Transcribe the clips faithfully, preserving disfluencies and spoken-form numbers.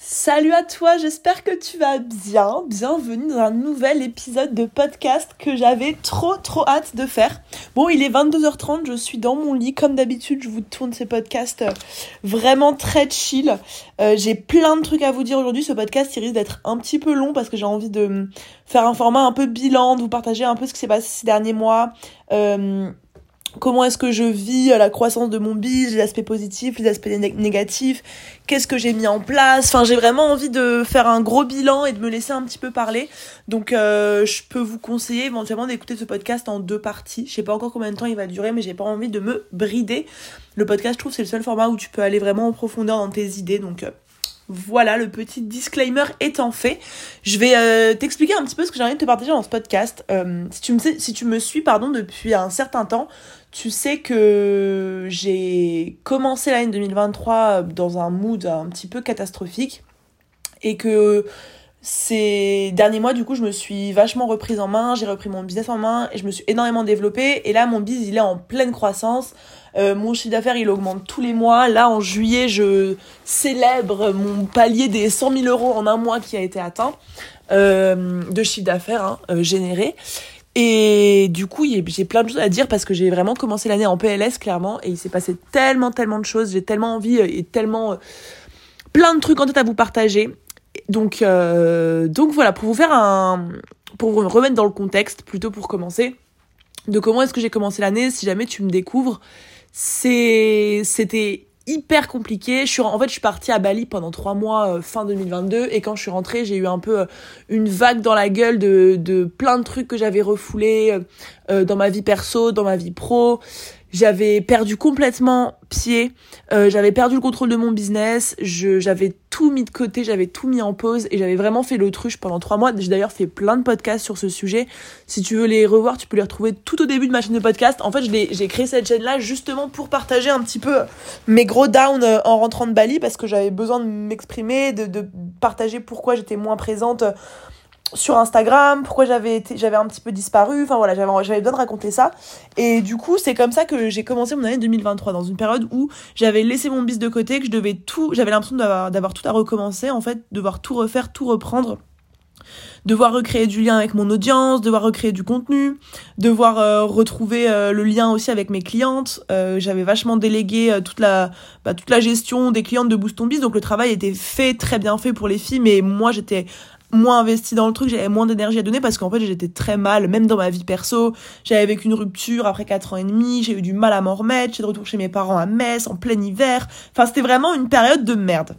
Salut à toi, j'espère que tu vas bien. Bienvenue dans un nouvel épisode de podcast que j'avais trop trop hâte de faire. Bon, il est vingt-deux heures trente, je suis dans mon lit. Comme d'habitude, je vous tourne ces podcasts vraiment très chill. Euh, j'ai plein de trucs à vous dire aujourd'hui. Ce podcast, il risque d'être un petit peu long parce que j'ai envie de faire un format un peu bilan, de vous partager un peu ce qui s'est passé ces derniers mois. Euh... Comment est-ce que je vis la croissance de mon biz, les aspects positifs, les aspects né- négatifs, qu'est-ce que j'ai mis en place. Enfin, j'ai vraiment envie de faire un gros bilan et de me laisser un petit peu parler. Donc, euh, je peux vous conseiller éventuellement d'écouter ce podcast en deux parties. Je sais pas encore combien de temps il va durer, mais j'ai pas envie de me brider. Le podcast, je trouve, c'est le seul format où tu peux aller vraiment en profondeur dans tes idées. Donc, euh, voilà, le petit disclaimer étant fait. Je vais euh, t'expliquer un petit peu ce que j'ai envie de te partager dans ce podcast. Euh, si tu me sais, si tu me suis pardon, depuis un certain temps, tu sais que j'ai commencé l'année deux mille vingt-trois dans un mood un petit peu catastrophique et que ces derniers mois, du coup, je me suis vachement reprise en main, j'ai repris mon business en main et je me suis énormément développée. Et là, mon business, il est en pleine croissance. Euh, mon chiffre d'affaires, il augmente tous les mois. Là, en juillet, je célèbre mon palier des cent mille euros en un mois qui a été atteint euh, de chiffre d'affaires hein, euh, généré. Et du coup, j'ai plein de choses à dire parce que j'ai vraiment commencé l'année en P L S, clairement. Et il s'est passé tellement, tellement de choses. J'ai tellement envie et tellement... Euh, plein de trucs en tête à vous partager. Donc, euh, donc voilà, pour vous faire un... pour vous remettre dans le contexte, plutôt pour commencer, de comment est-ce que j'ai commencé l'année, si jamais tu me découvres, c'est... c'était hyper compliqué. Je suis, en fait, je suis partie à Bali pendant trois mois, euh, fin deux mille vingt-deux, et quand je suis rentrée, j'ai eu un peu euh, une vague dans la gueule de, de plein de trucs que j'avais refoulés euh, dans ma vie perso, dans ma vie pro. J'avais perdu complètement pied, euh, j'avais perdu le contrôle de mon business, je, j'avais tout mis de côté, j'avais tout mis en pause et j'avais vraiment fait l'autruche pendant trois mois. J'ai d'ailleurs fait plein de podcasts sur ce sujet. Si tu veux les revoir, tu peux les retrouver tout au début de ma chaîne de podcast. En fait, je l'ai, j'ai créé cette chaîne-là justement pour partager un petit peu mes gros downs en rentrant de Bali parce que j'avais besoin de m'exprimer, de, de partager pourquoi j'étais moins présente sur Instagram, pourquoi j'avais été, j'avais un petit peu disparu, enfin voilà, j'avais, j'avais besoin de raconter ça. Et du coup, c'est comme ça que j'ai commencé mon année deux mille vingt-trois, dans une période où j'avais laissé mon business de côté, que je devais tout, j'avais l'impression d'avoir, d'avoir tout à recommencer, en fait, devoir tout refaire, tout reprendre, devoir recréer du lien avec mon audience, devoir recréer du contenu, devoir euh, retrouver euh, le lien aussi avec mes clientes. Euh, j'avais vachement délégué euh, toute la bah, toute la gestion des clientes de Boost Ton Biz, donc le travail était fait, très bien fait pour les filles, mais moi j'étais moins investie dans le truc, j'avais moins d'énergie à donner parce qu'en fait j'étais très mal, même dans ma vie perso. J'avais vécu une rupture après quatre ans et demi, j'ai eu du mal à m'en remettre, j'étais de retour chez mes parents à Metz en plein hiver. Enfin, c'était vraiment une période de merde.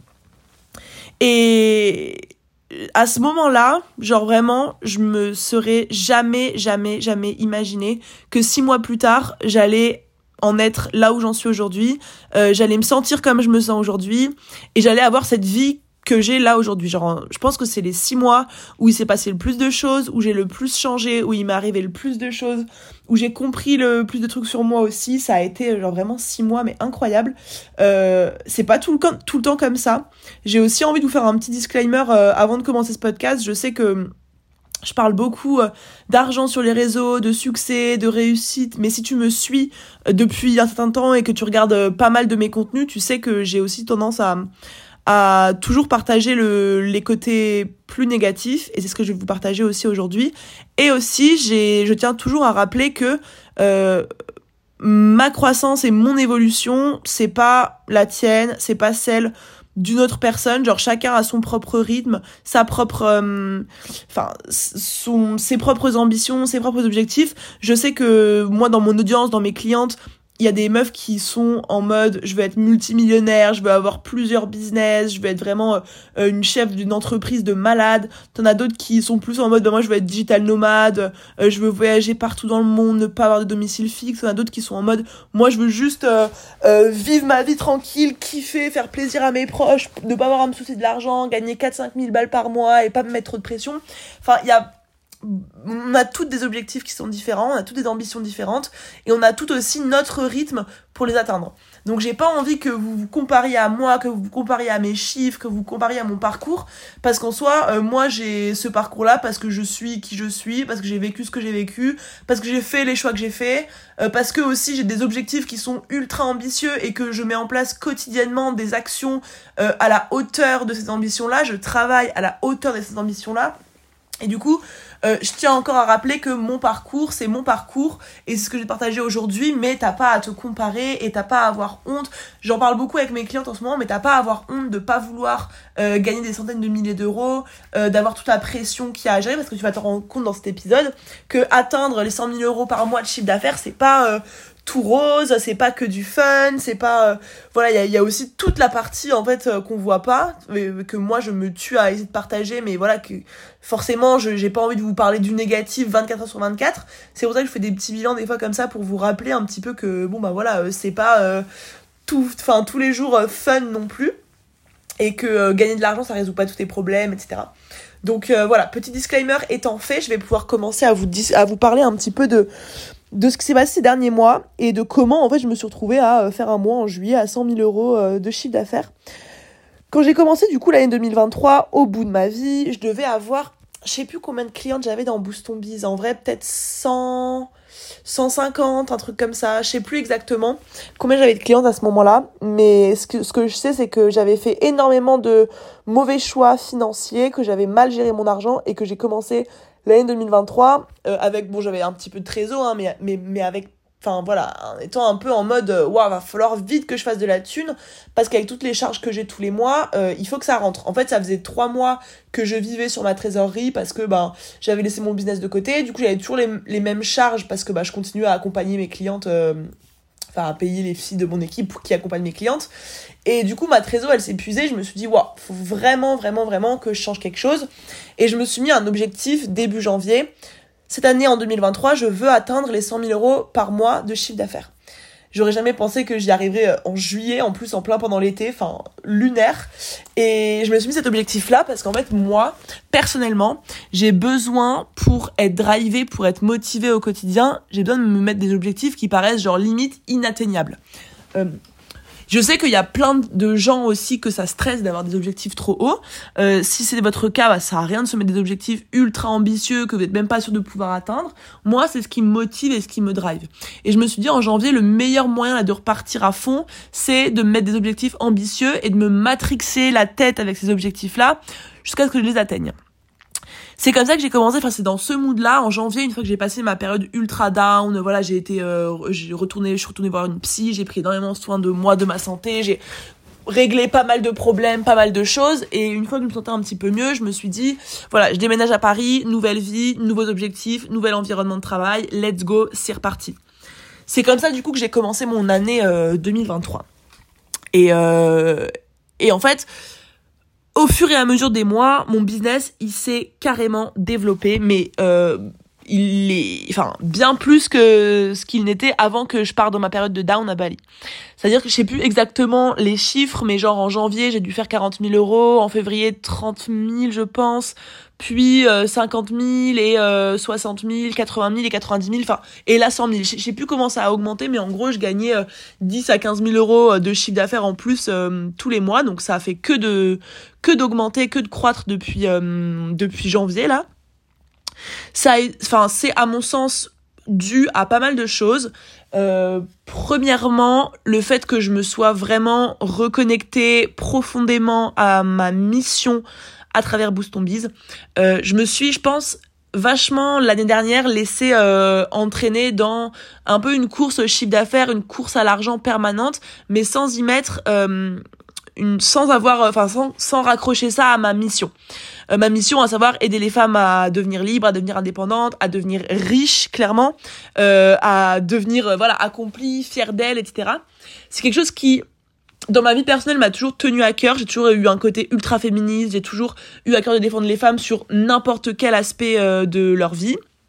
Et à ce moment-là, genre vraiment, je me serais jamais, jamais, jamais imaginé que six mois plus tard, j'allais en être là où j'en suis aujourd'hui, euh, j'allais me sentir comme je me sens aujourd'hui et j'allais avoir cette vie que j'ai là aujourd'hui. Genre, je pense que c'est les six mois où il s'est passé le plus de choses, où j'ai le plus changé, où il m'est arrivé le plus de choses, où j'ai compris le plus de trucs sur moi aussi. Ça a été genre vraiment six mois, mais incroyable. Euh, c'est pas tout le, tout le temps comme ça. J'ai aussi envie de vous faire un petit disclaimer euh, avant de commencer ce podcast. Je sais que je parle beaucoup euh, d'argent sur les réseaux, de succès, de réussite, mais si tu me suis euh, depuis un certain temps et que tu regardes euh, pas mal de mes contenus, tu sais que j'ai aussi tendance à à toujours partager le, les côtés plus négatifs, et c'est ce que je vais vous partager aussi aujourd'hui. Et aussi, j'ai, je tiens toujours à rappeler que euh, ma croissance et mon évolution, c'est pas la tienne, c'est pas celle d'une autre personne. Genre, chacun a son propre rythme, sa propre, euh, enfin, son, ses propres ambitions, ses propres objectifs. Je sais que moi, dans mon audience, dans mes clientes, il y a des meufs qui sont en mode je veux être multimillionnaire, je veux avoir plusieurs business, je veux être vraiment euh, une chef d'une entreprise de malade. T'en as d'autres qui sont plus en mode bah, moi je veux être digital nomade, euh, je veux voyager partout dans le monde, ne pas avoir de domicile fixe. T'en as d'autres qui sont en mode moi je veux juste euh, euh, vivre ma vie tranquille, kiffer, faire plaisir à mes proches, ne pas avoir à me soucier de l'argent, gagner quatre à cinq mille balles par mois et pas me mettre trop de pression. Enfin, il y a on a toutes des objectifs qui sont différents, on a toutes des ambitions différentes et on a toutes aussi notre rythme pour les atteindre. Donc j'ai pas envie que vous vous compariez à moi, que vous vous compariez à mes chiffres, que vous vous compariez à mon parcours, parce qu'en soi, euh, moi j'ai ce parcours-là parce que je suis qui je suis, parce que j'ai vécu ce que j'ai vécu, parce que j'ai fait les choix que j'ai fait, euh, parce que aussi j'ai des objectifs qui sont ultra ambitieux et que je mets en place quotidiennement des actions euh, à la hauteur de ces ambitions-là, je travaille à la hauteur de ces ambitions-là. Et du coup, euh, je tiens encore à rappeler que mon parcours, c'est mon parcours et c'est ce que j'ai partagé aujourd'hui, mais t'as pas à te comparer et t'as pas à avoir honte. J'en parle beaucoup avec mes clientes en ce moment, mais t'as pas à avoir honte de pas vouloir euh, gagner des centaines de milliers d'euros, euh, d'avoir toute la pression qu'il y a à gérer, parce que tu vas te rendre compte dans cet épisode que atteindre les cent mille euros par mois de chiffre d'affaires, c'est pas... Euh, tout rose, c'est pas que du fun, c'est pas... Euh, voilà, il y a, y a aussi toute la partie, en fait, euh, qu'on voit pas, euh, que moi, je me tue à essayer de partager, mais voilà, que forcément, je, j'ai pas envie de vous parler du négatif vingt-quatre heures sur vingt-quatre. C'est pour ça que je fais des petits bilans, des fois, comme ça, pour vous rappeler un petit peu que, bon, bah voilà, euh, c'est pas euh, tout, enfin, tous les jours euh, fun non plus, et que euh, gagner de l'argent, ça résout pas tous tes problèmes, et cetera. Donc, euh, voilà, petit disclaimer étant fait, je vais pouvoir commencer à vous, dis- à vous parler un petit peu de... de ce qui s'est passé ces derniers mois et de comment en fait je me suis retrouvée à faire un mois en juillet à cent mille euros de chiffre d'affaires. Quand j'ai commencé du coup l'année deux mille vingt-trois, au bout de ma vie, je devais avoir, je sais plus combien de clientes j'avais dans Boost Ton Biz, en vrai peut-être cent, cent cinquante, un truc comme ça, je sais plus exactement combien j'avais de clientes à ce moment-là, mais ce que, ce que je sais c'est que j'avais fait énormément de mauvais choix financiers, que j'avais mal géré mon argent et que j'ai commencé l'année deux mille vingt-trois, euh, avec, bon, j'avais un petit peu de trésor, hein, mais, mais, mais avec, enfin, voilà, en étant un peu en mode, waouh, wow, va falloir vite que je fasse de la thune, parce qu'avec toutes les charges que j'ai tous les mois, euh, il faut que ça rentre. En fait, ça faisait trois mois que je vivais sur ma trésorerie, parce que, ben, j'avais laissé mon business de côté, du coup, j'avais toujours les, les mêmes charges, parce que, bah, je continuais à accompagner mes clientes, euh, enfin, à payer les filles de mon équipe qui accompagnent mes clientes. Et du coup, ma trésor, elle s'est épuisée. Je me suis dit, waouh, faut vraiment, vraiment, vraiment que je change quelque chose. Et je me suis mis un objectif début janvier. Cette année, en deux mille vingt-trois, je veux atteindre les cent mille euros par mois de chiffre d'affaires. J'aurais jamais pensé que j'y arriverais en juillet, en plus en plein pendant l'été, enfin lunaire. Et je me suis mis cet objectif-là parce qu'en fait, moi, personnellement, j'ai besoin pour être drivée, pour être motivée au quotidien, j'ai besoin de me mettre des objectifs qui paraissent genre limite inatteignables. Euh, Je sais qu'il y a plein de gens aussi que ça stresse d'avoir des objectifs trop hauts. Euh, si c'est votre cas, bah, ça sert à rien de se mettre des objectifs ultra ambitieux que vous n'êtes même pas sûr de pouvoir atteindre. Moi, c'est ce qui me motive et ce qui me drive. Et je me suis dit, en janvier, le meilleur moyen là, de repartir à fond, c'est de me mettre des objectifs ambitieux et de me matrixer la tête avec ces objectifs-là jusqu'à ce que je les atteigne. C'est comme ça que j'ai commencé, enfin c'est dans ce mood-là, en janvier, une fois que j'ai passé ma période ultra down, voilà, j'ai été, euh, j'ai retourné, je suis retournée voir une psy, j'ai pris énormément soin de moi, de ma santé, j'ai réglé pas mal de problèmes, pas mal de choses, et une fois que je me sentais un petit peu mieux, je me suis dit, voilà, je déménage à Paris, nouvelle vie, nouveaux objectifs, nouvel environnement de travail, let's go, c'est reparti. C'est comme ça du coup que j'ai commencé mon année euh, deux mille vingt-trois. Et, euh, et en fait, au fur et à mesure des mois, mon business, il s'est carrément développé, mais euh, il est, enfin, bien plus que ce qu'il n'était avant que je parte dans ma période de down à Bali. C'est-à-dire que je sais plus exactement les chiffres, mais genre en janvier, j'ai dû faire quarante mille euros, en février, trente mille, je pense, puis euh, cinquante mille et euh, soixante mille, quatre-vingt mille et quatre-vingt-dix mille, enfin, et là cent mille. Je sais plus comment ça a augmenté, mais en gros, je gagnais euh, dix à quinze mille euros de chiffre d'affaires en plus euh, tous les mois, donc ça a fait que de que d'augmenter, que de croître depuis euh, depuis janvier là. Ça, enfin, c'est à mon sens dû à pas mal de choses. Euh, premièrement, le fait que je me sois vraiment reconnectée profondément à ma mission à travers Boost Ton Biz. Euh, je me suis, je pense, vachement l'année dernière laissée euh, entraîner dans un peu une course au chiffre d'affaires, une course à l'argent permanente, mais sans y mettre, euh, une, sans avoir, enfin sans, sans raccrocher ça à ma mission. Euh, ma mission, à savoir aider les femmes à devenir libres, à devenir indépendantes, à devenir riches, clairement, euh, à devenir, euh, voilà, accomplies, fières d'elles, et cetera. C'est quelque chose qui, dans ma vie personnelle, m'a toujours tenu à cœur. J'ai toujours eu un côté ultra féministe. J'ai toujours eu à cœur de défendre les femmes sur n'importe quel aspect euh, de leur vie.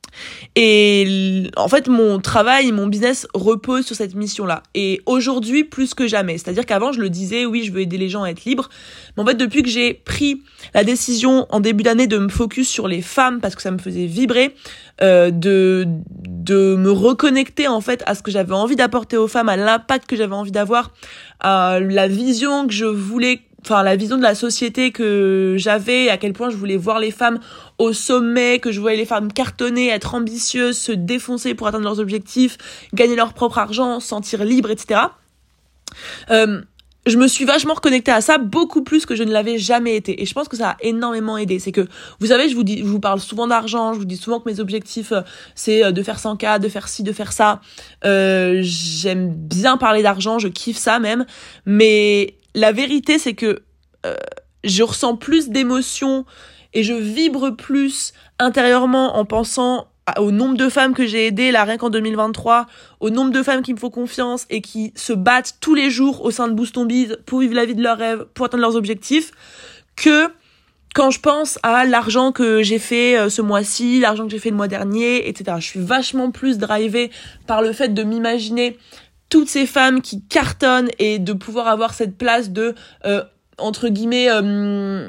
Et en fait, mon travail, mon business repose sur cette mission-là. Et aujourd'hui, plus que jamais. C'est-à-dire qu'avant, je le disais, oui, je veux aider les gens à être libres. Mais en fait, depuis que j'ai pris la décision en début d'année de me focus sur les femmes, parce que ça me faisait vibrer, euh, de, de me reconnecter en fait à ce que j'avais envie d'apporter aux femmes, à l'impact que j'avais envie d'avoir, à la vision que je voulais, enfin la vision de la société que j'avais, à quel point je voulais voir les femmes au sommet, que je voyais les femmes cartonner, être ambitieuses, se défoncer pour atteindre leurs objectifs, gagner leur propre argent, se sentir libre, et cetera. Euh, je me suis vachement reconnectée à ça, beaucoup plus que je ne l'avais jamais été. Et je pense que ça a énormément aidé. C'est que, vous savez, je vous dis, je vous parle souvent d'argent, je vous dis souvent que mes objectifs, c'est de faire cent K, de faire ci, de faire ça. Euh, j'aime bien parler d'argent, je kiffe ça même. Mais la vérité, c'est que euh, je ressens plus d'émotions et je vibre plus intérieurement en pensant au nombre de femmes que j'ai aidées, là, rien qu'en deux mille vingt-trois, au nombre de femmes qui me font confiance et qui se battent tous les jours au sein de Boost Ton Biz pour vivre la vie de leurs rêves, pour atteindre leurs objectifs, que quand je pense à l'argent que j'ai fait ce mois-ci, l'argent que j'ai fait le mois dernier, et cetera. Je suis vachement plus drivée par le fait de m'imaginer toutes ces femmes qui cartonnent et de pouvoir avoir cette place de, euh, entre guillemets, euh,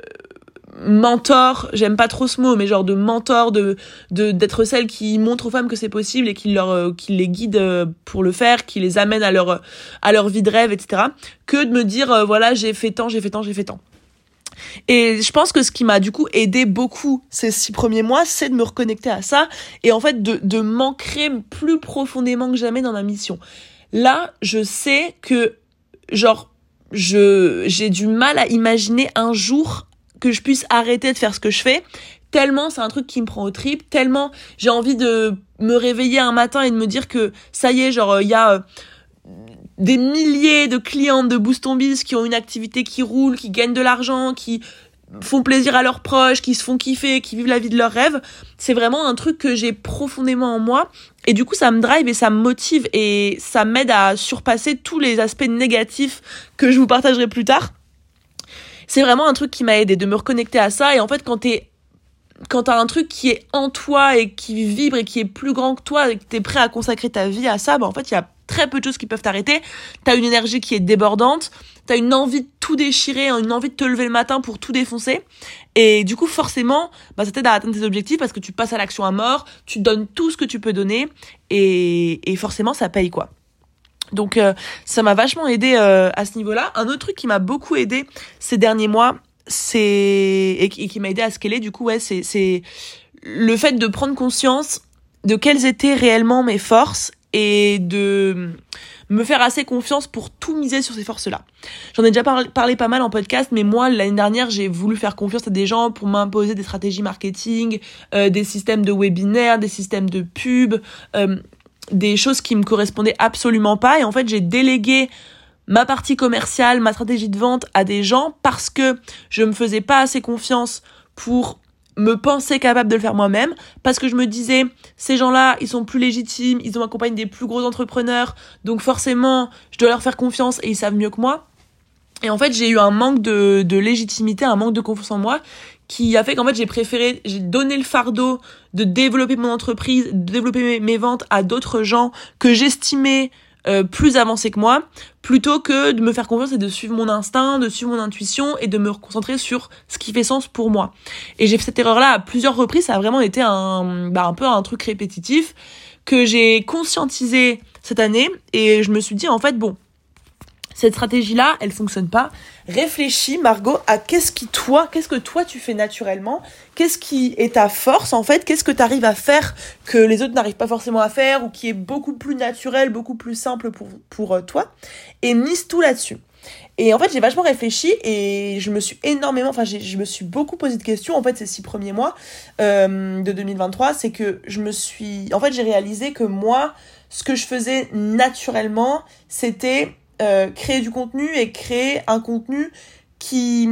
mentor, j'aime pas trop ce mot, mais genre de mentor, de, de, d'être celle qui montre aux femmes que c'est possible et qui leur, euh, qui les guide euh, pour le faire, qui les amène à leur, à leur vie de rêve, et cetera. Que de me dire, euh, voilà, j'ai fait tant, j'ai fait tant, j'ai fait tant. Et je pense que ce qui m'a du coup aidé beaucoup ces six premiers mois, c'est de me reconnecter à ça et en fait de, de m'ancrer plus profondément que jamais dans ma mission. Là, je sais que, genre, je, j'ai du mal à imaginer un jour que je puisse arrêter de faire ce que je fais, tellement c'est un truc qui me prend aux tripes, tellement j'ai envie de me réveiller un matin et de me dire que ça y est, genre, il y a euh, des milliers de clientes de Boost Ton Biz qui ont une activité qui roule, qui gagnent de l'argent, qui font plaisir à leurs proches, qui se font kiffer, qui vivent la vie de leurs rêves. C'est vraiment un truc que j'ai profondément en moi et du coup ça me drive et ça me motive et ça m'aide à surpasser tous les aspects négatifs que je vous partagerai plus tard. C'est vraiment un truc qui m'a aidé de me reconnecter à ça et en fait quand t'es quand t'as un truc qui est en toi et qui vibre et qui est plus grand que toi et que t'es prêt à consacrer ta vie à ça, bah en fait il y a très peu de choses qui peuvent t'arrêter. T'as une énergie qui est débordante, t'as une envie de tout déchirer, une envie de te lever le matin pour tout défoncer. Et du coup, forcément, bah, ça t'aide à atteindre tes objectifs parce que tu passes à l'action à mort, tu donnes tout ce que tu peux donner et, et forcément, ça paye, quoi. Donc, euh, ça m'a vachement aidé euh, à ce niveau-là. Un autre truc qui m'a beaucoup aidé ces derniers mois, c'est et qui, et qui m'a aidé à scaler, du coup, ouais, c'est, c'est le fait de prendre conscience de quelles étaient réellement mes forces et de me faire assez confiance pour tout miser sur ces forces-là. J'en ai déjà par- parlé pas mal en podcast, mais moi, l'année dernière, j'ai voulu faire confiance à des gens pour m'imposer des stratégies marketing, euh, des systèmes de webinaires, des systèmes de pub, euh, des choses qui me correspondaient absolument pas. Et en fait, j'ai délégué ma partie commerciale, ma stratégie de vente à des gens parce que je me faisais pas assez confiance pour me penser capable de le faire moi-même, parce que je me disais, ces gens-là, ils sont plus légitimes, ils ont accompagné des plus gros entrepreneurs, donc forcément, je dois leur faire confiance et ils savent mieux que moi. Et en fait, j'ai eu un manque de, de légitimité, un manque de confiance en moi, qui a fait qu'en fait, j'ai préféré, j'ai donné le fardeau de développer mon entreprise, de développer mes, mes ventes à d'autres gens que j'estimais Euh, plus avancé que moi, plutôt que de me faire confiance et de suivre mon instinct, de suivre mon intuition et de me concentrer sur ce qui fait sens pour moi. Et j'ai fait cette erreur-là à plusieurs reprises, ça a vraiment été un, bah, un peu un truc répétitif que j'ai conscientisé cette année et je me suis dit en fait bon, cette stratégie-là, elle fonctionne pas. Réfléchis, Margot, à qu'est-ce qui toi, qu'est-ce que toi tu fais naturellement, qu'est-ce qui est ta force en fait, qu'est-ce que tu arrives à faire que les autres n'arrivent pas forcément à faire ou qui est beaucoup plus naturel, beaucoup plus simple pour pour euh, toi, et mise tout là-dessus. Et en fait, j'ai vachement réfléchi et je me suis énormément, enfin, j'ai, je me suis beaucoup posé de questions en fait ces six premiers mois euh, de deux mille vingt-trois, c'est que je me suis, en fait, j'ai réalisé que moi, ce que je faisais naturellement, c'était Euh, créer du contenu et créer un contenu qui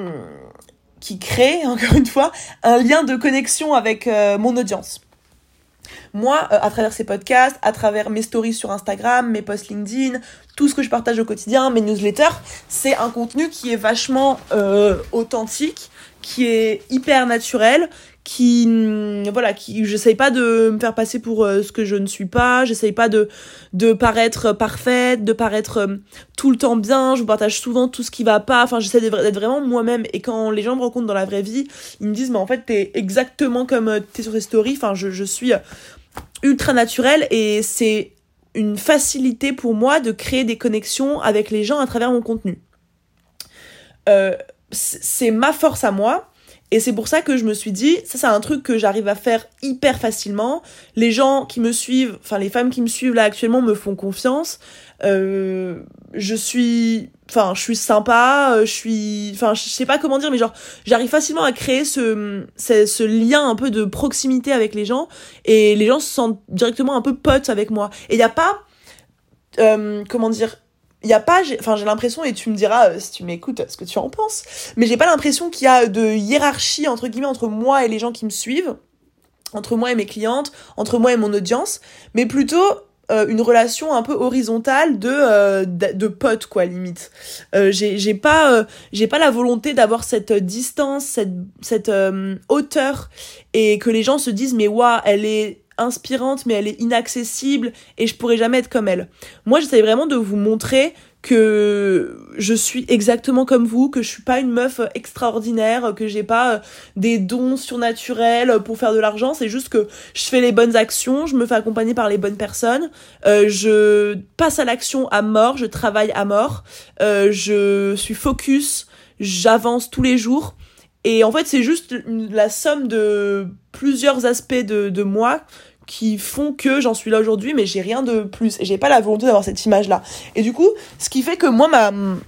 qui crée, encore une fois, un lien de connexion avec euh, mon audience. Moi, euh, à travers ces podcasts, à travers mes stories sur Instagram, mes posts LinkedIn, tout ce que je partage au quotidien, mes newsletters, c'est un contenu qui est vachement euh, authentique, qui est hyper naturel, qui voilà, qui j'essaye pas de me faire passer pour euh, ce que je ne suis pas, j'essaye pas de de paraître parfaite, de paraître euh, tout le temps bien, je vous partage souvent tout ce qui va pas, enfin j'essaie d'être d'être vraiment moi-même, et quand les gens me rencontrent dans la vraie vie, ils me disent mais en fait t'es exactement comme euh, t'es sur tes stories, enfin je je suis ultra naturelle, et c'est une facilité pour moi de créer des connexions avec les gens à travers mon contenu. Euh, c'est ma force à moi, et c'est pour ça que je me suis dit, ça c'est un truc que j'arrive à faire hyper facilement. Les gens qui me suivent, enfin les femmes qui me suivent là actuellement me font confiance. Euh, je suis, enfin je suis sympa, je suis, enfin je sais pas comment dire, mais genre j'arrive facilement à créer ce, ce, ce lien un peu de proximité avec les gens, et les gens se sentent directement un peu potes avec moi. Et il y a pas, euh, comment dire, il y a pas, j'ai, enfin j'ai l'impression, et tu me diras euh, si tu m'écoutes ce que tu en penses, mais j'ai pas l'impression qu'il y a de hiérarchie entre guillemets entre moi et les gens qui me suivent, entre moi et mes clientes, entre moi et mon audience, mais plutôt euh, une relation un peu horizontale de euh, de, de potes quoi, limite. Euh, j'ai j'ai pas euh, j'ai pas la volonté d'avoir cette distance, cette cette euh, hauteur, et que les gens se disent mais waouh, elle est inspirante mais elle est inaccessible et je pourrais jamais être comme elle. Moi j'essaie vraiment de vous montrer que je suis exactement comme vous, que je suis pas une meuf extraordinaire, que j'ai pas des dons surnaturels pour faire de l'argent, c'est juste que je fais les bonnes actions, je me fais accompagner par les bonnes personnes, euh, je passe à l'action à mort, je travaille à mort, euh, je suis focus, j'avance tous les jours. Et en fait, c'est juste la somme de plusieurs aspects de, de moi qui font que j'en suis là aujourd'hui, mais j'ai rien de plus. Et j'ai pas la volonté d'avoir cette image-là. Et du coup, ce qui fait que moi, ma,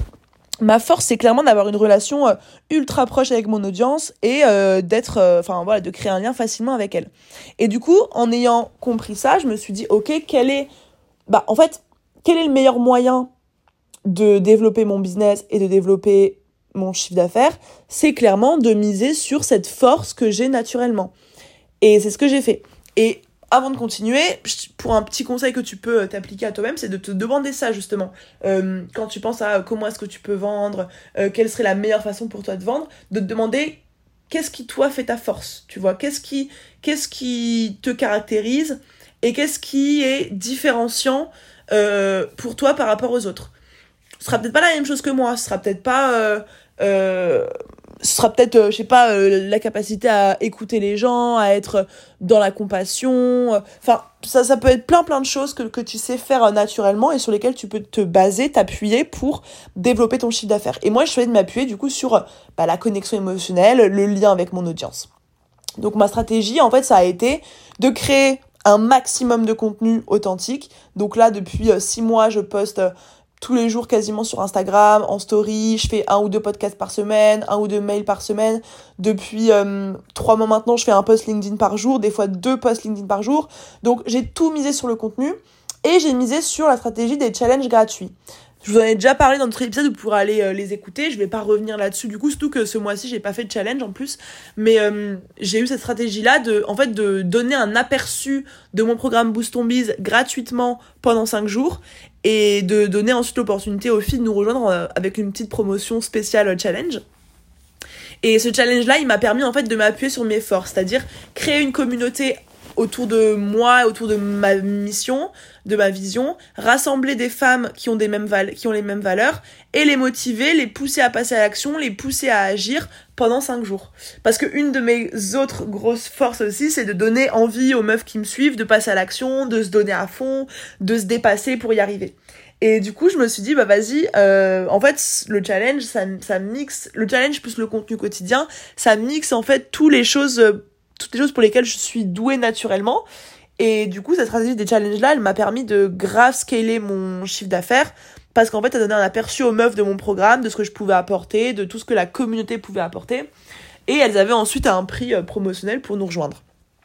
ma force, c'est clairement d'avoir une relation euh, ultra proche avec mon audience, et euh, d'être, euh, enfin voilà, de créer un lien facilement avec elle. Et du coup, en ayant compris ça, je me suis dit, ok, quel est, bah, en fait, quel est le meilleur moyen de développer mon business et de développer mon chiffre d'affaires? C'est clairement de miser sur cette force que j'ai naturellement. Et c'est ce que j'ai fait. Et avant de continuer, pour un petit conseil que tu peux t'appliquer à toi-même, c'est de te demander ça justement. Euh, quand tu penses à comment est-ce que tu peux vendre, euh, quelle serait la meilleure façon pour toi de vendre, de te demander qu'est-ce qui toi fait ta force, tu vois, qu'est-ce qui, qu'est-ce qui te caractérise, et qu'est-ce qui est différenciant euh, pour toi par rapport aux autres. Ce sera peut-être pas la même chose que moi, ce sera peut-être pas... Euh, euh, ce sera peut-être, euh, je sais pas, euh, la capacité à écouter les gens, à être dans la compassion. Enfin, euh, ça, ça peut être plein plein de choses que, que tu sais faire euh, naturellement, et sur lesquelles tu peux te baser, t'appuyer pour développer ton chiffre d'affaires. Et moi, je choisis de m'appuyer du coup sur euh, bah, la connexion émotionnelle, le lien avec mon audience. Donc ma stratégie, en fait, ça a été de créer un maximum de contenu authentique. Donc là, depuis euh, six mois, je poste... Euh, tous les jours quasiment sur Instagram, en story, je fais un ou deux podcasts par semaine, un ou deux mails par semaine. Depuis euh, trois mois maintenant, je fais un post LinkedIn par jour, des fois deux posts LinkedIn par jour. Donc j'ai tout misé sur le contenu, et j'ai misé sur la stratégie des challenges gratuits. Je vous en ai déjà parlé dans notre épisode, vous pourrez aller euh, les écouter, je vais pas revenir là-dessus du coup, surtout que ce mois-ci j'ai pas fait de challenge en plus, mais euh, j'ai eu cette stratégie-là de, en fait, de donner un aperçu de mon programme Boost Ton Biz gratuitement pendant cinq jours, et de donner ensuite l'opportunité aux filles de nous rejoindre euh, avec une petite promotion spéciale challenge. Et ce challenge-là, il m'a permis en fait de m'appuyer sur mes forces, c'est-à-dire créer une communauté autour de moi, autour de ma mission, de ma vision, rassembler des femmes qui ont des mêmes val- qui ont les mêmes valeurs, et les motiver, les pousser à passer à l'action, les pousser à agir pendant cinq jours. Parce que une de mes autres grosses forces aussi, c'est de donner envie aux meufs qui me suivent de passer à l'action, de se donner à fond, de se dépasser pour y arriver. Et du coup, je me suis dit, bah vas-y, euh, en fait, le challenge, ça, ça mixe, le challenge plus le contenu quotidien, ça mixe en fait toutes les choses, euh, toutes les choses pour lesquelles je suis douée naturellement. Et du coup, cette stratégie des challenges-là, elle m'a permis de grave scaler mon chiffre d'affaires, parce qu'en fait, elle donnait un aperçu aux meufs de mon programme, de ce que je pouvais apporter, de tout ce que la communauté pouvait apporter. Et elles avaient ensuite un prix promotionnel pour nous rejoindre.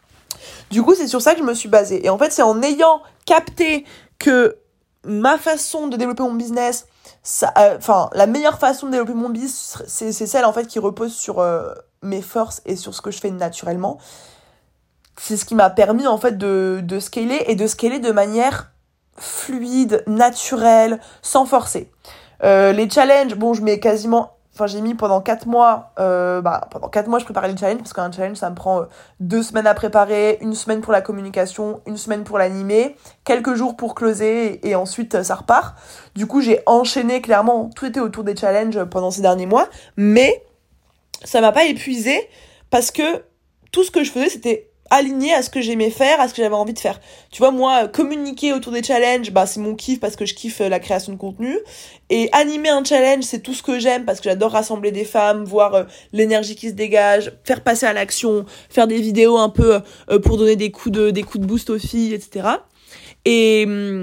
Du coup, c'est sur ça que je me suis basée. Et en fait, c'est en ayant capté que ma façon de développer mon business, ça, euh, enfin, la meilleure façon de développer mon business, c'est, c'est celle en fait qui repose sur euh, mes forces et sur ce que je fais naturellement. C'est ce qui m'a permis en fait de, de scaler, et de scaler de manière fluide, naturelle, sans forcer. Euh, les challenges, bon, je mets quasiment Enfin, j'ai mis pendant quatre mois, euh, bah, pendant quatre mois, je préparais les challenges, parce qu'un challenge, ça me prend euh, deux semaines à préparer, une semaine pour la communication, une semaine pour l'animer, quelques jours pour closer, et, et ensuite, euh, ça repart. Du coup, j'ai enchaîné, clairement, tout était autour des challenges pendant ces derniers mois, mais ça m'a pas épuisée, parce que tout ce que je faisais, c'était aligné à ce que j'aimais faire, à ce que j'avais envie de faire. Tu vois, moi, communiquer autour des challenges, bah, c'est mon kiff parce que je kiffe la création de contenu. Et animer un challenge, c'est tout ce que j'aime parce que j'adore rassembler des femmes, voir euh, l'énergie qui se dégage, faire passer à l'action, faire des vidéos un peu euh, pour donner des coups de, des coups de boost aux filles, et cetera. Et,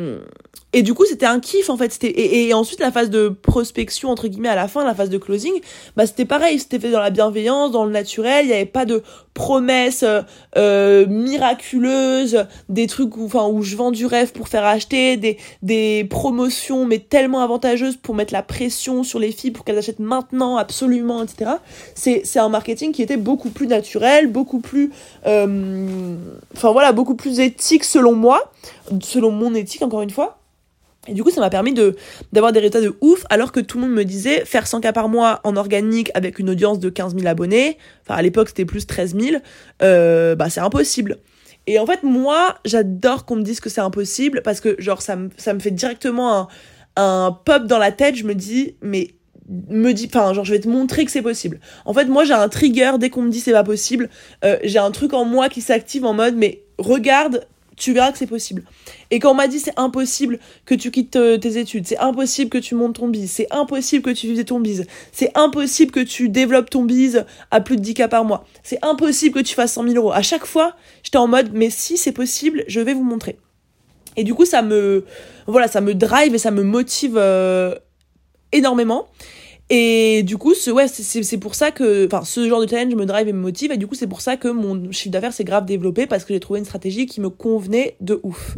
et du coup, c'était un kiff, en fait. C'était, et, et ensuite, la phase de prospection, entre guillemets, à la fin, la phase de closing, bah, c'était pareil. C'était fait dans la bienveillance, dans le naturel. Il n'y avait pas de promesses euh, miraculeuses, des trucs où, enfin, où je vends du rêve pour faire acheter, des, des promotions, mais tellement avantageuses pour mettre la pression sur les filles pour qu'elles achètent maintenant, absolument, et cetera. C'est, c'est un marketing qui était beaucoup plus naturel, beaucoup plus, euh, enfin voilà, beaucoup plus éthique selon moi, selon mon éthique, encore une fois. Et du coup, ça m'a permis de, d'avoir des résultats de ouf, alors que tout le monde me disait, faire cent K par mois en organique avec une audience de quinze mille abonnés, enfin, à l'époque, c'était plus treize mille, euh, bah, c'est impossible. Et en fait, moi, j'adore qu'on me dise que c'est impossible, parce que, genre, ça me, ça me fait directement un, un pop dans la tête, je me dis, mais, me dis, enfin, genre, je vais te montrer que c'est possible. En fait, moi, j'ai un trigger, dès qu'on me dit c'est pas possible, euh, j'ai un truc en moi qui s'active en mode, mais regarde, tu verras que c'est possible. Et quand on m'a dit c'est impossible que tu quittes euh, tes études, c'est impossible que tu montes ton bise, c'est impossible que tu vives de ton bise, c'est impossible que tu développes ton bise à plus de dix K par mois, c'est impossible que tu fasses cent mille euros. À chaque fois, j'étais en mode, mais si c'est possible, je vais vous montrer. Et du coup, ça me, voilà, ça me drive et ça me motive euh, énormément. Et du coup, ce, ouais, c'est, c'est pour ça que, enfin, ce genre de challenge me drive et me motive, et du coup, c'est pour ça que mon chiffre d'affaires s'est grave développé, parce que j'ai trouvé une stratégie qui me convenait de ouf.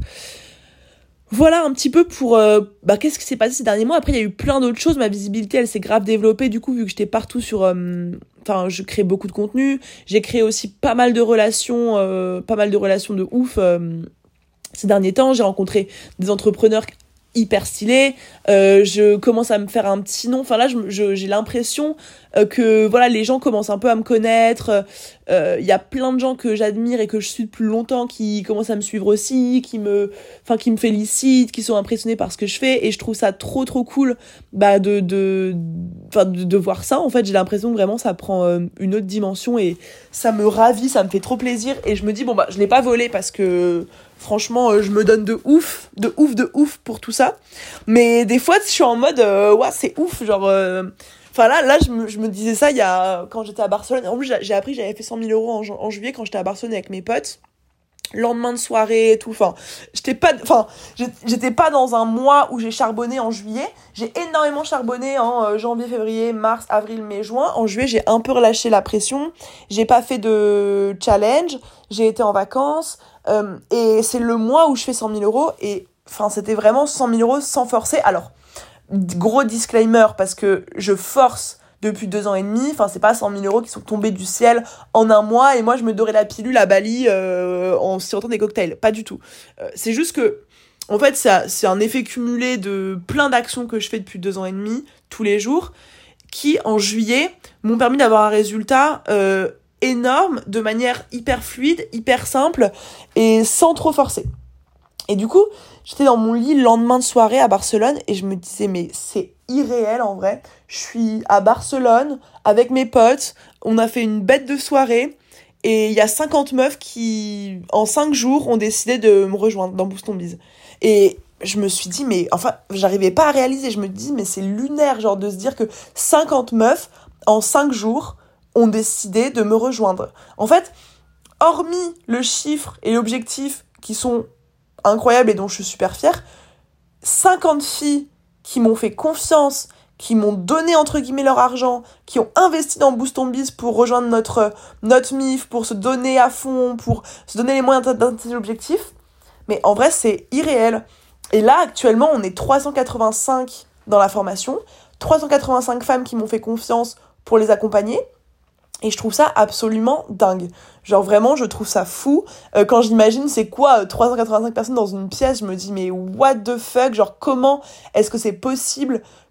Voilà un petit peu pour, euh, bah, qu'est-ce qui s'est passé ces derniers mois. Après, il y a eu plein d'autres choses, ma visibilité, elle s'est grave développée, du coup, vu que j'étais partout sur, euh, enfin, je crée beaucoup de contenu, j'ai créé aussi pas mal de relations, euh, pas mal de relations de ouf, euh, ces derniers temps, j'ai rencontré des entrepreneurs hyper stylé, euh, je commence à me faire un petit nom, enfin là je, je, j'ai l'impression euh, que voilà, les gens commencent un peu à me connaître, il euh, y a plein de gens que j'admire et que je suis depuis longtemps qui commencent à me suivre aussi, qui me, enfin, qui me félicitent, qui sont impressionnés par ce que je fais, et je trouve ça trop trop cool bah, de, de, enfin, de, de voir ça. En fait, j'ai l'impression que vraiment ça prend euh, une autre dimension et ça me ravit, ça me fait trop plaisir, et je me dis bon bah je l'ai pas volé parce que franchement, euh, je me donne de ouf, de ouf, de ouf pour tout ça. Mais des fois, je suis en mode, euh, ouais, c'est ouf, genre... Euh... Enfin là, là je, me, je me disais ça il y a... quand j'étais à Barcelone. En plus, j'ai appris que j'avais fait cent mille euros en, ju- en juillet quand j'étais à Barcelone avec mes potes. Lendemain de soirée et tout. Enfin, j'étais pas, enfin, j'étais pas dans un mois où j'ai charbonné en juillet. J'ai énormément charbonné en euh, janvier, février, mars, avril, mai, juin. En juillet, j'ai un peu relâché la pression. J'ai pas fait de challenge. J'ai été en vacances. Euh, et c'est le mois où je fais cent mille euros. Et enfin, c'était vraiment cent mille euros sans forcer. Alors, gros disclaimer, parce que je force depuis deux ans et demi, enfin c'est pas cent mille euros qui sont tombés du ciel en un mois et moi je me dorais la pilule à Bali euh, en sirotant des cocktails, pas du tout. Euh, c'est juste que, en fait, ça, c'est un effet cumulé de plein d'actions que je fais depuis deux ans et demi, tous les jours, qui en juillet m'ont permis d'avoir un résultat euh, énorme, de manière hyper fluide, hyper simple et sans trop forcer. Et du coup, j'étais dans mon lit le lendemain de soirée à Barcelone et je me disais, mais c'est irréel en vrai. Je suis à Barcelone avec mes potes, on a fait une bête de soirée et il y a cinquante meufs qui, en cinq jours, ont décidé de me rejoindre dans Boost Ton Biz. Et je me suis dit, mais enfin, j'arrivais pas à réaliser. Je me dis, mais c'est lunaire, genre de se dire que cinquante meufs, en cinq jours, ont décidé de me rejoindre. En fait, hormis le chiffre et l'objectif qui sont incroyable et dont je suis super fière, cinquante filles qui m'ont fait confiance, qui m'ont donné entre guillemets leur argent, qui ont investi dans Boost Ton Biz pour rejoindre notre, notre M I F, pour se donner à fond, pour se donner les moyens d'atteindre ses objectifs. Mais en vrai, c'est irréel. Et là, actuellement, on est trois cent quatre-vingt-cinq dans la formation, trois cent quatre-vingt-cinq femmes qui m'ont fait confiance pour les accompagner. Et je trouve ça absolument dingue. Genre vraiment, je trouve ça fou. Euh, quand j'imagine c'est quoi euh, trois cent quatre-vingt-cinq personnes dans une pièce, je me dis mais what the fuck, genre comment est-ce que c'est possible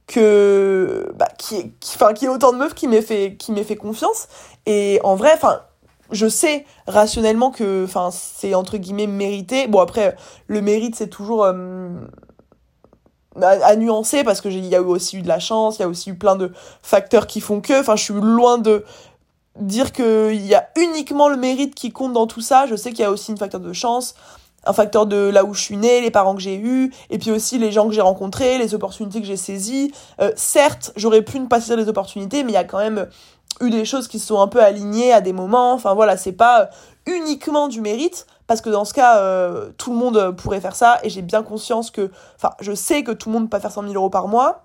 que bah qui est qui enfin qui est autant de meufs qui m'aient fait qui m'aient fait confiance. Et en vrai, enfin je sais rationnellement que enfin c'est entre guillemets mérité. Bon après le mérite c'est toujours euh, à, à nuancer parce que j'ai il y a eu aussi eu de la chance, il y a aussi eu plein de facteurs qui font que enfin je suis loin de dire qu'il y a uniquement le mérite qui compte dans tout ça. Je sais qu'il y a aussi une facteur de chance, un facteur de là où je suis née, les parents que j'ai eus, et puis aussi les gens que j'ai rencontrés, les opportunités que j'ai saisies. Euh, certes, j'aurais pu ne pas saisir les opportunités, mais il y a quand même eu des choses qui se sont un peu alignées à des moments. Enfin voilà, c'est pas uniquement du mérite, parce que dans ce cas, euh, tout le monde pourrait faire ça, et j'ai bien conscience que... Enfin, je sais que tout le monde ne peut pas faire cent mille euros par mois,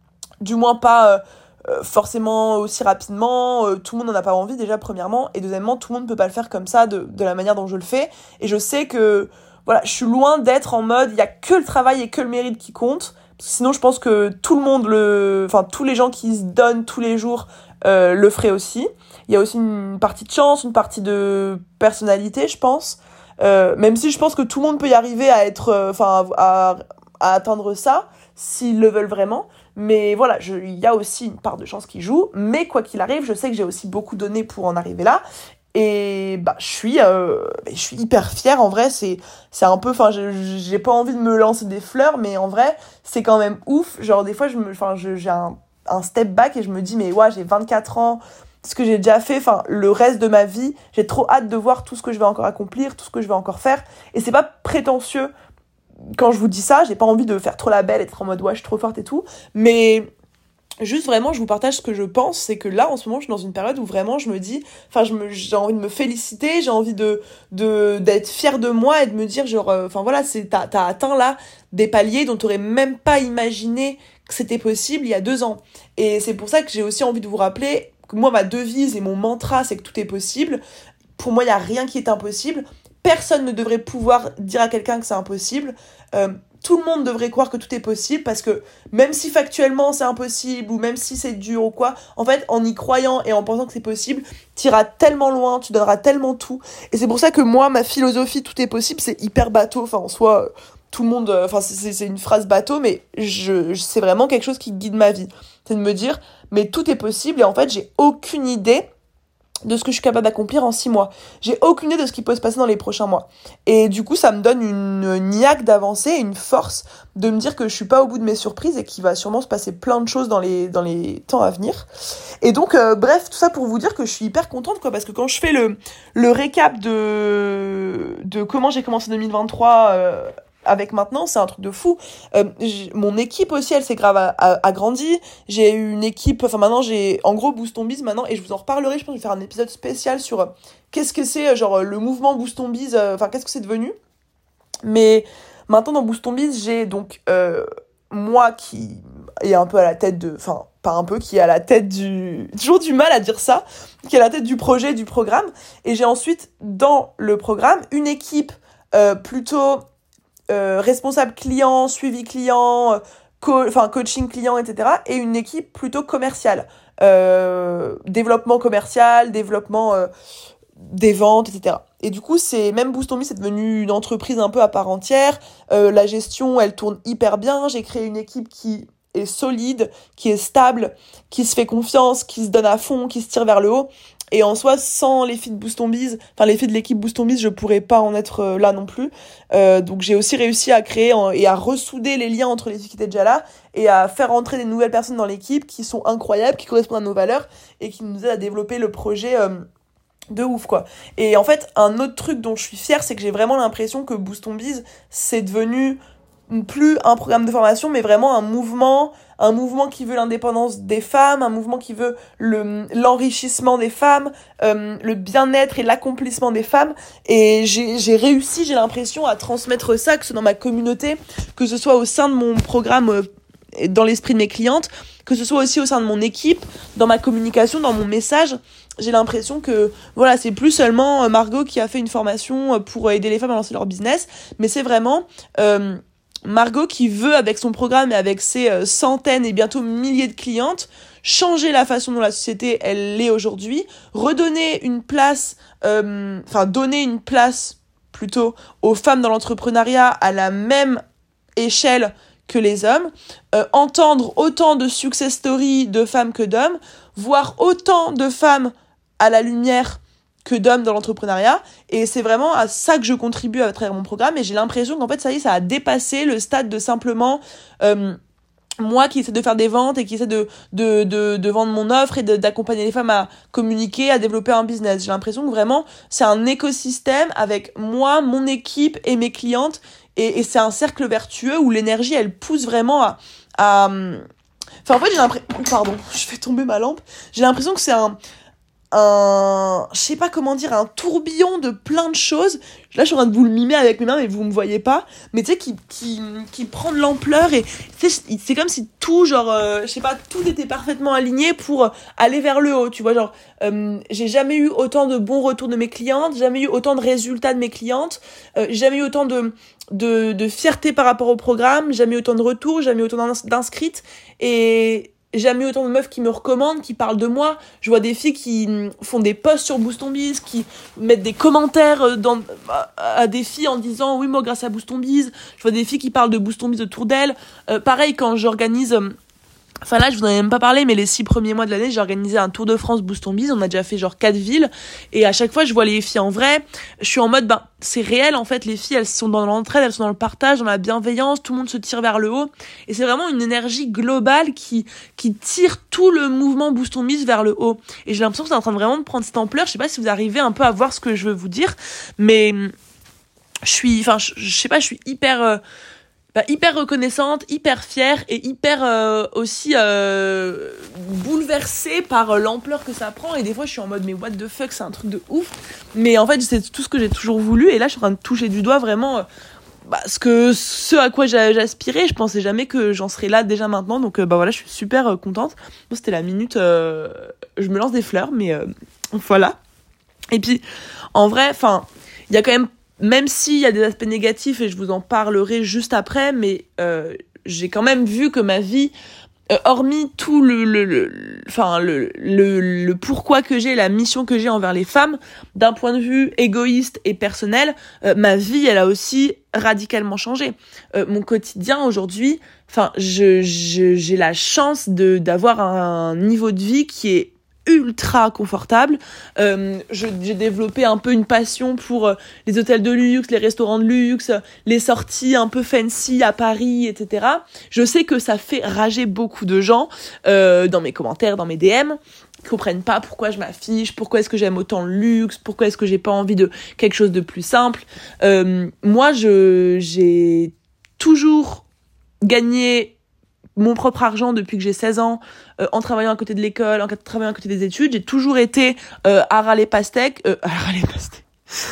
du moins pas... Euh, Euh, forcément aussi rapidement, euh, tout le monde n'en a pas envie déjà premièrement, et deuxièmement tout le monde peut pas le faire comme ça de, de la manière dont je le fais, et je sais que voilà, je suis loin d'être en mode il y a que le travail et que le mérite qui compte, parce que sinon je pense que tout le monde le enfin tous les gens qui se donnent tous les jours euh, le feraient aussi. Il y a aussi une partie de chance, une partie de personnalité, je pense, euh, même si je pense que tout le monde peut y arriver à être enfin euh, à, à atteindre ça s'ils le veulent vraiment. Mais voilà, il y a aussi une part de chance qui joue, mais quoi qu'il arrive, je sais que j'ai aussi beaucoup donné pour en arriver là, et bah je suis euh, je suis hyper fière. En vrai, c'est c'est un peu, enfin j'ai pas envie de me lancer des fleurs, mais en vrai c'est quand même ouf. Genre des fois je me enfin je j'ai un un step back et je me dis mais ouais, j'ai vingt-quatre ans, ce que j'ai déjà fait, enfin le reste de ma vie, j'ai trop hâte de voir tout ce que je vais encore accomplir, tout ce que je vais encore faire, et c'est pas prétentieux. Quand je vous dis ça, j'ai pas envie de faire trop la belle, être en mode ouais, je suis trop forte et tout, mais juste vraiment, je vous partage ce que je pense, c'est que là, en ce moment, je suis dans une période où vraiment je me dis, enfin, je me, j'ai envie de me féliciter, j'ai envie de, de, d'être fière de moi et de me dire, genre, enfin euh, voilà, c'est, t'as, t'as atteint là des paliers dont t'aurais même pas imaginé que c'était possible il y a deux ans. Et c'est pour ça que j'ai aussi envie de vous rappeler que moi, ma devise et mon mantra, c'est que tout est possible. Pour moi, il y a rien qui est impossible. Personne ne devrait pouvoir dire à quelqu'un que c'est impossible. Euh, tout le monde devrait croire que tout est possible, parce que même si factuellement c'est impossible, ou même si c'est dur ou quoi, en fait, en y croyant et en pensant que c'est possible, t'iras tellement loin, tu donneras tellement tout. Et c'est pour ça que moi, ma philosophie, tout est possible, c'est hyper bateau. Enfin, en soi, tout le monde... Enfin, c'est, c'est une phrase bateau, mais je, c'est vraiment quelque chose qui guide ma vie. C'est de me dire, mais tout est possible, et en fait, j'ai aucune idée de ce que je suis capable d'accomplir en six mois. J'ai aucune idée de ce qui peut se passer dans les prochains mois. Et du coup, ça me donne une niaque d'avancer, une force de me dire que je suis pas au bout de mes surprises et qu'il va sûrement se passer plein de choses dans les, dans les temps à venir. Et donc, euh, bref, tout ça pour vous dire que je suis hyper contente, quoi, parce que quand je fais le, le récap de, de comment j'ai commencé deux mille vingt-trois, euh, avec maintenant, c'est un truc de fou. Euh, mon équipe aussi, elle s'est grave agrandie. J'ai eu une équipe, enfin maintenant j'ai, en gros, Boost Ton Biz maintenant, et je vous en reparlerai, je pense que je vais faire un épisode spécial sur euh, qu'est-ce que c'est, genre le mouvement Boost Ton Biz, enfin euh, qu'est-ce que c'est devenu. Mais maintenant dans Boost Ton Biz, j'ai donc euh, moi qui est un peu à la tête de, enfin pas un peu, qui est à la tête du, toujours du mal à dire ça, qui est à la tête du projet, du programme, et j'ai ensuite dans le programme une équipe euh, plutôt Euh, responsable client, suivi client, co- enfin coaching client, et cetera. Et une équipe plutôt commerciale. Euh, développement commercial, développement euh, des ventes, et cetera. Et du coup, c'est même Boost Ton Biz, c'est devenu une entreprise un peu à part entière. Euh, la gestion, elle tourne hyper bien. J'ai créé une équipe qui est solide, qui est stable, qui se fait confiance, qui se donne à fond, qui se tire vers le haut. Et en soi, sans les filles de Boost Ton Biz, enfin les filles de l'équipe Boost Ton Biz, je pourrais pas en être euh, là non plus. Euh, donc j'ai aussi réussi à créer en, et à ressouder les liens entre les filles qui étaient déjà là, et à faire entrer des nouvelles personnes dans l'équipe qui sont incroyables, qui correspondent à nos valeurs, et qui nous aident à développer le projet euh, de ouf, quoi. Et en fait, un autre truc dont je suis fière, c'est que j'ai vraiment l'impression que Boost Ton Biz, c'est devenu plus un programme de formation, mais vraiment un mouvement, un mouvement qui veut l'indépendance des femmes, un mouvement qui veut le, l'enrichissement des femmes, euh, le bien-être et l'accomplissement des femmes. Et j'ai, j'ai réussi, j'ai l'impression, à transmettre ça, que ce soit dans ma communauté, que ce soit au sein de mon programme, euh, dans l'esprit de mes clientes, que ce soit aussi au sein de mon équipe, dans ma communication, dans mon message. J'ai l'impression que, voilà, c'est plus seulement Margot qui a fait une formation pour aider les femmes à lancer leur business, mais c'est vraiment... Euh, Margot qui veut, avec son programme et avec ses euh, centaines et bientôt milliers de clientes, changer la façon dont la société elle l'est aujourd'hui, redonner une place, euh, enfin donner une place plutôt aux femmes dans l'entrepreneuriat à la même échelle que les hommes, euh, entendre autant de success stories de femmes que d'hommes, voir autant de femmes à la lumière que d'hommes dans l'entrepreneuriat, et c'est vraiment à ça que je contribue à travers mon programme, et j'ai l'impression qu'en fait ça y est, ça a dépassé le stade de simplement euh, moi qui essaie de faire des ventes et qui essaie de, de, de, de vendre mon offre et de, d'accompagner les femmes à communiquer, à développer un business. J'ai l'impression que vraiment c'est un écosystème avec moi, mon équipe et mes clientes, et, et c'est un cercle vertueux où l'énergie elle pousse vraiment à, à... Enfin en fait j'ai l'impression... Pardon, je fais tomber ma lampe. J'ai l'impression que c'est un... un je sais pas comment dire, un tourbillon de plein de choses. Là je suis en train de vous le mimer avec mes mains mais vous me voyez pas, mais tu sais qui qui qui prend de l'ampleur, et tu sais c'est comme si tout genre euh, je sais pas, tout était parfaitement aligné pour aller vers le haut, tu vois, genre euh, j'ai jamais eu autant de bons retours de mes clientes, jamais eu autant de résultats de mes clientes, euh, jamais eu autant de de de fierté par rapport au programme, jamais eu autant de retours, jamais eu autant d'ins- d'inscrites, et jamais eu autant de meufs qui me recommandent, qui parlent de moi. Je vois des filles qui font des posts sur Boost Ton Biz, qui mettent des commentaires dans, à, à des filles en disant « Oui, moi, grâce à Boost Ton Biz ». Je vois des filles qui parlent de Boost Ton Biz autour d'elles. Euh, pareil, quand j'organise... Euh, Enfin là, je vous en ai même pas parlé, mais les six premiers mois de l'année, j'ai organisé un Tour de France Boost Ton Biz. On a déjà fait genre quatre villes. Et à chaque fois, je vois les filles en vrai. Je suis en mode, ben, c'est réel, en fait. Les filles, elles sont dans l'entraide, elles sont dans le partage, dans la bienveillance. Tout le monde se tire vers le haut. Et c'est vraiment une énergie globale qui, qui tire tout le mouvement Boost Ton Biz vers le haut. Et j'ai l'impression que c'est en train de vraiment de prendre cette ampleur. Je sais pas si vous arrivez un peu à voir ce que je veux vous dire. Mais, je suis, enfin, je, je sais pas, je suis hyper, euh, Bah, hyper reconnaissante, hyper fière et hyper euh, aussi euh, bouleversée par euh, l'ampleur que ça prend. Et des fois je suis en mode mais what the fuck, c'est un truc de ouf. Mais en fait c'est tout ce que j'ai toujours voulu, et là je suis en train de toucher du doigt vraiment euh, bah, ce, que, ce à quoi j'a, j'aspirais. Je pensais jamais que j'en serais là déjà maintenant, donc euh, bah voilà, je suis super euh, contente. Bon, c'était la minute euh, je me lance des fleurs, mais euh, voilà. Et puis en vrai, enfin il y a quand même, même s'il y a des aspects négatifs, et je vous en parlerai juste après, mais euh, j'ai quand même vu que ma vie, euh, hormis tout le, le, le, enfin le, le, le pourquoi que j'ai, la mission que j'ai envers les femmes, d'un point de vue égoïste et personnel, euh, ma vie, elle a aussi radicalement changé. Euh, mon quotidien aujourd'hui, enfin, je, je, j'ai la chance de d'avoir un niveau de vie qui est ultra confortable. Euh, je, j'ai développé un peu une passion pour euh, les hôtels de luxe, les restaurants de luxe, les sorties un peu fancy à Paris, et cetera. Je sais que ça fait rager beaucoup de gens euh, dans mes commentaires, dans mes D M, qui comprennent pas pourquoi je m'affiche, pourquoi est-ce que j'aime autant le luxe, pourquoi est-ce que j'ai pas envie de quelque chose de plus simple. Euh, moi, je, j'ai toujours gagné mon propre argent depuis que j'ai seize ans, euh, en travaillant à côté de l'école, en travaillant à côté des études. J'ai toujours été euh, à râler pastèque, euh, à râler pastèque,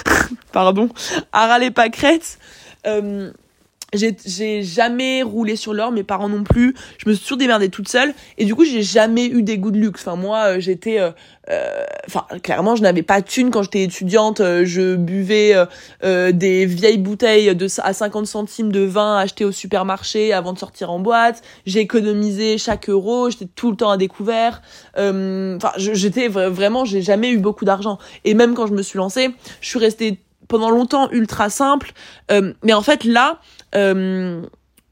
pardon, à râler pâquerette. Euh, j'ai, j'ai jamais roulé sur l'or, mes parents non plus. Je me suis toujours démerdée toute seule, et du coup j'ai jamais eu des goûts de luxe. Enfin moi euh, j'étais, euh, euh, enfin clairement je n'avais pas de thune quand j'étais étudiante. Euh, je buvais euh, euh, des vieilles bouteilles de à cinquante centimes de vin achetées au supermarché avant de sortir en boîte. J'ai économisé chaque euro. J'étais tout le temps à découvert. Euh, Enfin je, j'étais vraiment, j'ai jamais eu beaucoup d'argent. Et même quand je me suis lancée, je suis restée pendant longtemps ultra simple. Euh, mais en fait là. Euh,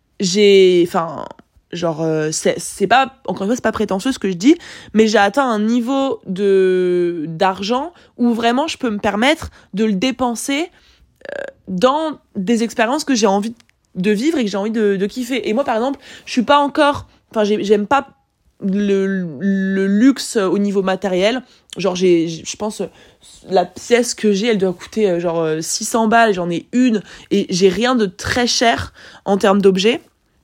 j'ai, enfin, genre, euh, c'est, c'est pas, encore une fois, c'est pas prétentieux ce que je dis, mais j'ai atteint un niveau de, d'argent où vraiment je peux me permettre de le dépenser euh, dans des expériences que j'ai envie de vivre et que j'ai envie de, de kiffer. Et moi, par exemple, je suis pas encore, enfin, j'ai, j'aime pas le, le luxe au niveau matériel. Genre j'ai, je pense la pièce que j'ai, elle doit coûter genre six cents balles, j'en ai une, et j'ai rien de très cher en termes d'objets.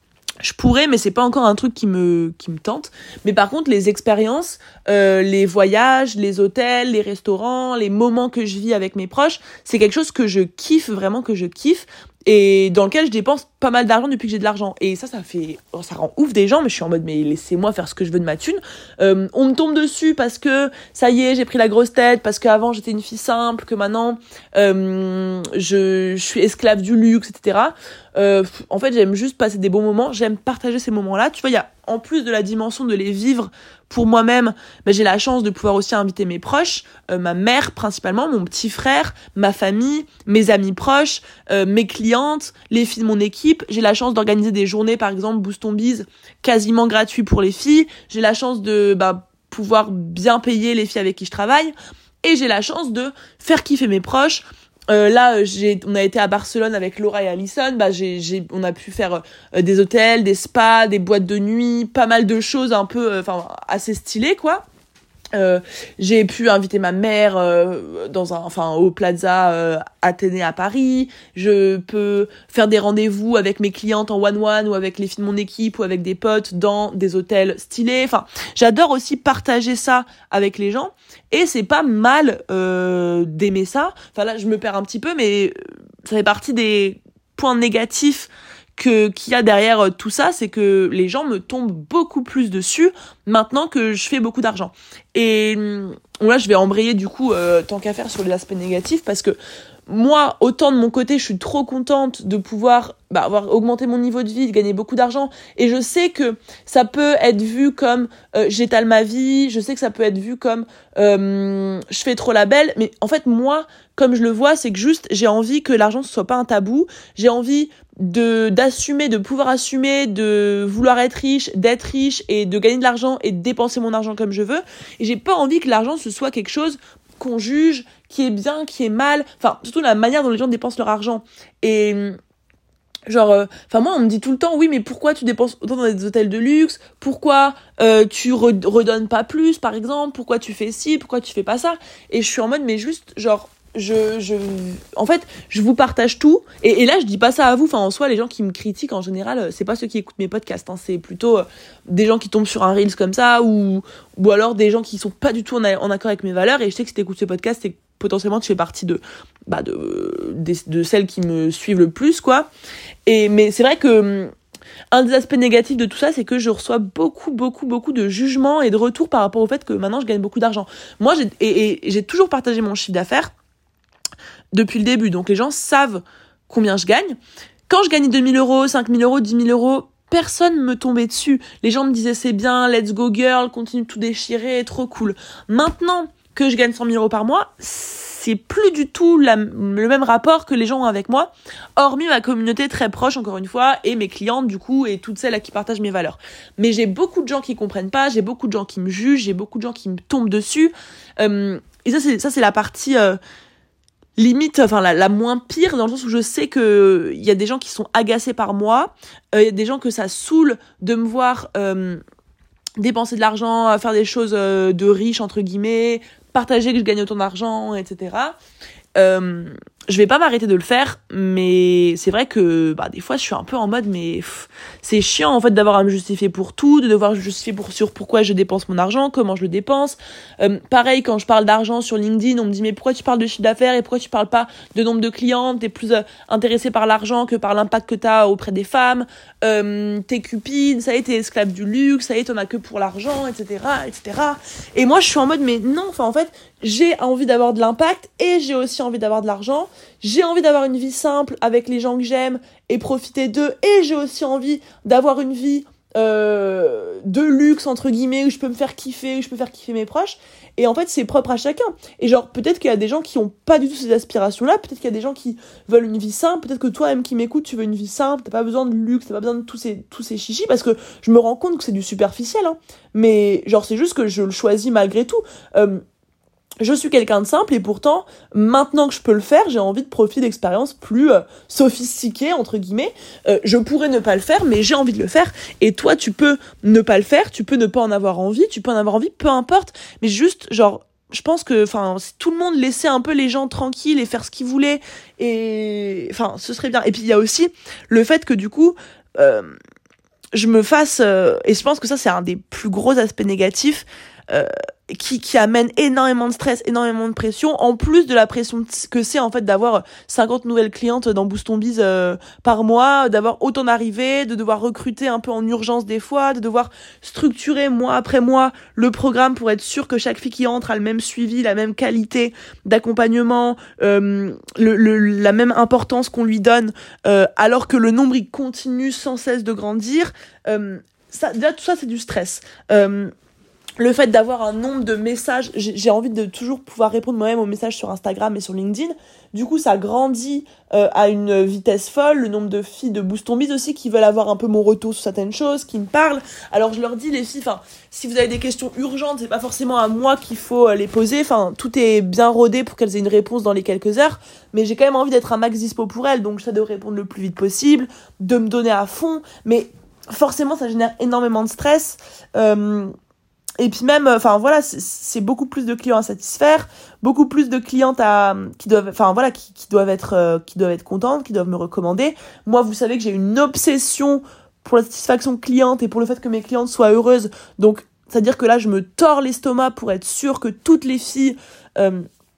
Je pourrais, mais c'est pas encore un truc qui me qui me tente. Mais par contre, les expériences, euh, les voyages, les hôtels, les restaurants, les moments que je vis avec mes proches, c'est quelque chose que je kiffe, vraiment que je kiffe, et dans lequel je dépense pas mal d'argent depuis que j'ai de l'argent. Et ça, ça fait, ça rend ouf des gens, mais je suis en mode, mais laissez-moi faire ce que je veux de ma thune. Euh, on me tombe dessus parce que, ça y est, j'ai pris la grosse tête, parce qu'avant j'étais une fille simple, que maintenant, euh, je, je suis esclave du luxe, et cetera. Euh, en fait, j'aime juste passer des bons moments, j'aime partager ces moments-là. Tu vois, il y a en plus de la dimension de les vivre pour moi-même, ben, j'ai la chance de pouvoir aussi inviter mes proches, euh, ma mère principalement, mon petit frère, ma famille, mes amis proches, euh, mes clientes, les filles de mon équipe. J'ai la chance d'organiser des journées, par exemple, Boost ton Biz, quasiment gratuit pour les filles. J'ai la chance de bah, pouvoir bien payer les filles avec qui je travaille. Et j'ai la chance de faire kiffer mes proches. Euh, là, j'ai, on a été à Barcelone avec Laura et Alison. Bah, j'ai, j'ai, on a pu faire euh, des hôtels, des spas, des boîtes de nuit, pas mal de choses un peu, enfin, euh, assez stylées, quoi. Euh, j'ai pu inviter ma mère euh, dans un, enfin, au Plaza euh, Athénée à Paris. Je peux faire des rendez-vous avec mes clientes en one-one ou avec les filles de mon équipe ou avec des potes dans des hôtels stylés. Enfin, j'adore aussi partager ça avec les gens et c'est pas mal euh, d'aimer ça. Enfin là, je me perds un petit peu, mais ça fait partie des points négatifs que qu'il y a derrière tout ça, c'est que les gens me tombent beaucoup plus dessus maintenant que je fais beaucoup d'argent. Et là, je vais embrayer du coup euh, tant qu'à faire sur les aspects négatifs parce que moi, autant de mon côté, je suis trop contente de pouvoir bah, avoir augmenté mon niveau de vie, de gagner beaucoup d'argent. Et je sais que ça peut être vu comme euh, j'étale ma vie, je sais que ça peut être vu comme euh, je fais trop la belle. Mais en fait, moi, comme je le vois, c'est que juste j'ai envie que l'argent ne soit pas un tabou. J'ai envie de d'assumer, de pouvoir assumer, de vouloir être riche, d'être riche et de gagner de l'argent et de dépenser mon argent comme je veux. Et j'ai pas envie que l'argent ce soit quelque chose qu'on juge, qui est bien, qui est mal, enfin surtout la manière dont les gens dépensent leur argent. Et genre, enfin euh, moi on me dit tout le temps, oui mais pourquoi tu dépenses autant dans des hôtels de luxe, pourquoi euh, tu re- redonnes pas plus par exemple, pourquoi tu fais ci, pourquoi tu fais pas ça. Et je suis en mode mais juste genre je je en fait je vous partage tout et, et là je dis pas ça à vous, enfin en soi les gens qui me critiquent en général c'est pas ceux qui écoutent mes podcasts hein, c'est plutôt euh, des gens qui tombent sur un reels comme ça ou ou alors des gens qui sont pas du tout en, a, en accord avec mes valeurs. Et je sais que si t'écoutes ce podcast c'est que potentiellement tu fais partie de bah de de, de celles qui me suivent le plus quoi. Et mais c'est vrai que un des aspects négatifs de tout ça, c'est que je reçois beaucoup, beaucoup, beaucoup de jugements et de retours par rapport au fait que maintenant je gagne beaucoup d'argent. Moi, j'ai, et, et j'ai toujours partagé mon chiffre d'affaires depuis le début. Donc les gens savent combien je gagne. Quand je gagnais deux mille euros, cinq mille euros, dix mille euros, personne me tombait dessus. Les gens me disaient c'est bien, let's go girl, continue de tout déchirer, trop cool. Maintenant que je gagne cent mille euros par mois, c'est plus du tout la, le même rapport que les gens ont avec moi, hormis ma communauté très proche, encore une fois, et mes clientes, du coup, et toutes celles à qui partagent mes valeurs. Mais j'ai beaucoup de gens qui comprennent pas, j'ai beaucoup de gens qui me jugent, j'ai beaucoup de gens qui me tombent dessus. Euh, et ça, c'est, ça, c'est la partie euh, limite, enfin, la, la moins pire, dans le sens où je sais que il y a des gens qui sont agacés par moi, il euh, y a des gens que ça saoule de me voir euh, dépenser de l'argent, faire des choses euh, de riches, entre guillemets, partager que je gagne autant d'argent, et cetera. Euh, je vais pas m'arrêter de le faire, mais c'est vrai que bah des fois je suis un peu en mode mais pff, c'est chiant en fait d'avoir à me justifier pour tout, de devoir justifier pour sur pourquoi je dépense mon argent, comment je le dépense. Euh, pareil quand je parle d'argent sur LinkedIn, on me dit mais pourquoi tu parles de chiffre d'affaires et pourquoi tu parles pas de nombre de clients, t'es plus euh, intéressé par l'argent que par l'impact que t'as auprès des femmes, euh, t'es cupide, ça y est t'es esclave du luxe, ça y est t'en as que pour l'argent, et cetera, et cetera. Et moi je suis en mode mais non, enfin en fait j'ai envie d'avoir de l'impact et j'ai aussi envie d'avoir de l'argent. J'ai envie d'avoir une vie simple avec les gens que j'aime et profiter d'eux. Et j'ai aussi envie d'avoir une vie euh, de luxe, entre guillemets, où je peux me faire kiffer, où je peux faire kiffer mes proches. Et en fait, c'est propre à chacun. Et genre, peut-être qu'il y a des gens qui ont pas du tout ces aspirations-là. Peut-être qu'il y a des gens qui veulent une vie simple. Peut-être que toi-même qui m'écoutes, tu veux une vie simple. T'as pas besoin de luxe, t'as pas besoin de tous ces, tous ces chichis. Parce que je me rends compte que c'est du superficiel. Hein. Mais genre, c'est juste que je le choisis malgré tout. Euh, Je suis quelqu'un de simple et pourtant, maintenant que je peux le faire, j'ai envie de profiter d'expériences plus euh, sophistiquées, entre guillemets. Euh, je pourrais ne pas le faire, mais j'ai envie de le faire. Et toi, tu peux ne pas le faire, tu peux ne pas en avoir envie, tu peux en avoir envie, peu importe. Mais juste, genre, je pense que, enfin, si tout le monde laissait un peu les gens tranquilles et faire ce qu'ils voulaient, et, enfin, ce serait bien. Et puis, il y a aussi le fait que, du coup, euh, je me fasse, euh, et je pense que ça, c'est un des plus gros aspects négatifs, euh, qui qui amène énormément de stress, énormément de pression, en plus de la pression que c'est en fait d'avoir cinquante nouvelles clientes dans Boost ton Biz euh, par mois, d'avoir autant d'arrivées, de devoir recruter un peu en urgence des fois, de devoir structurer mois après mois le programme pour être sûr que chaque fille qui entre a le même suivi, la même qualité d'accompagnement, euh, le, le, la même importance qu'on lui donne, euh, alors que le nombre il continue sans cesse de grandir. Euh, ça, déjà, tout ça, c'est du stress. Euh, le fait d'avoir un nombre de messages, j'ai, j'ai envie de toujours pouvoir répondre moi-même aux messages sur Instagram et sur LinkedIn. Du coup, ça grandit euh, à une vitesse folle. Le nombre de filles de Boost Ton Biz aussi qui veulent avoir un peu mon retour sur certaines choses, qui me parlent. Alors, je leur dis, les filles, enfin, si vous avez des questions urgentes, c'est pas forcément à moi qu'il faut euh, les poser. Enfin, tout est bien rodé pour qu'elles aient une réponse dans les quelques heures. Mais j'ai quand même envie d'être un max dispo pour elles. Donc, j'essaie de répondre le plus vite possible, de me donner à fond. Mais forcément, ça génère énormément de stress. Euh, Et puis même, enfin voilà, c'est, c'est beaucoup plus de clients à satisfaire, beaucoup plus de clientes à qui doivent, enfin voilà, qui, qui doivent être, euh, qui doivent être contentes, qui doivent me recommander. Moi, vous savez que j'ai une obsession pour la satisfaction cliente et pour le fait que mes clientes soient heureuses. Donc, c'est-à-dire que là, je me tords l'estomac pour être sûre que toutes les filles euh,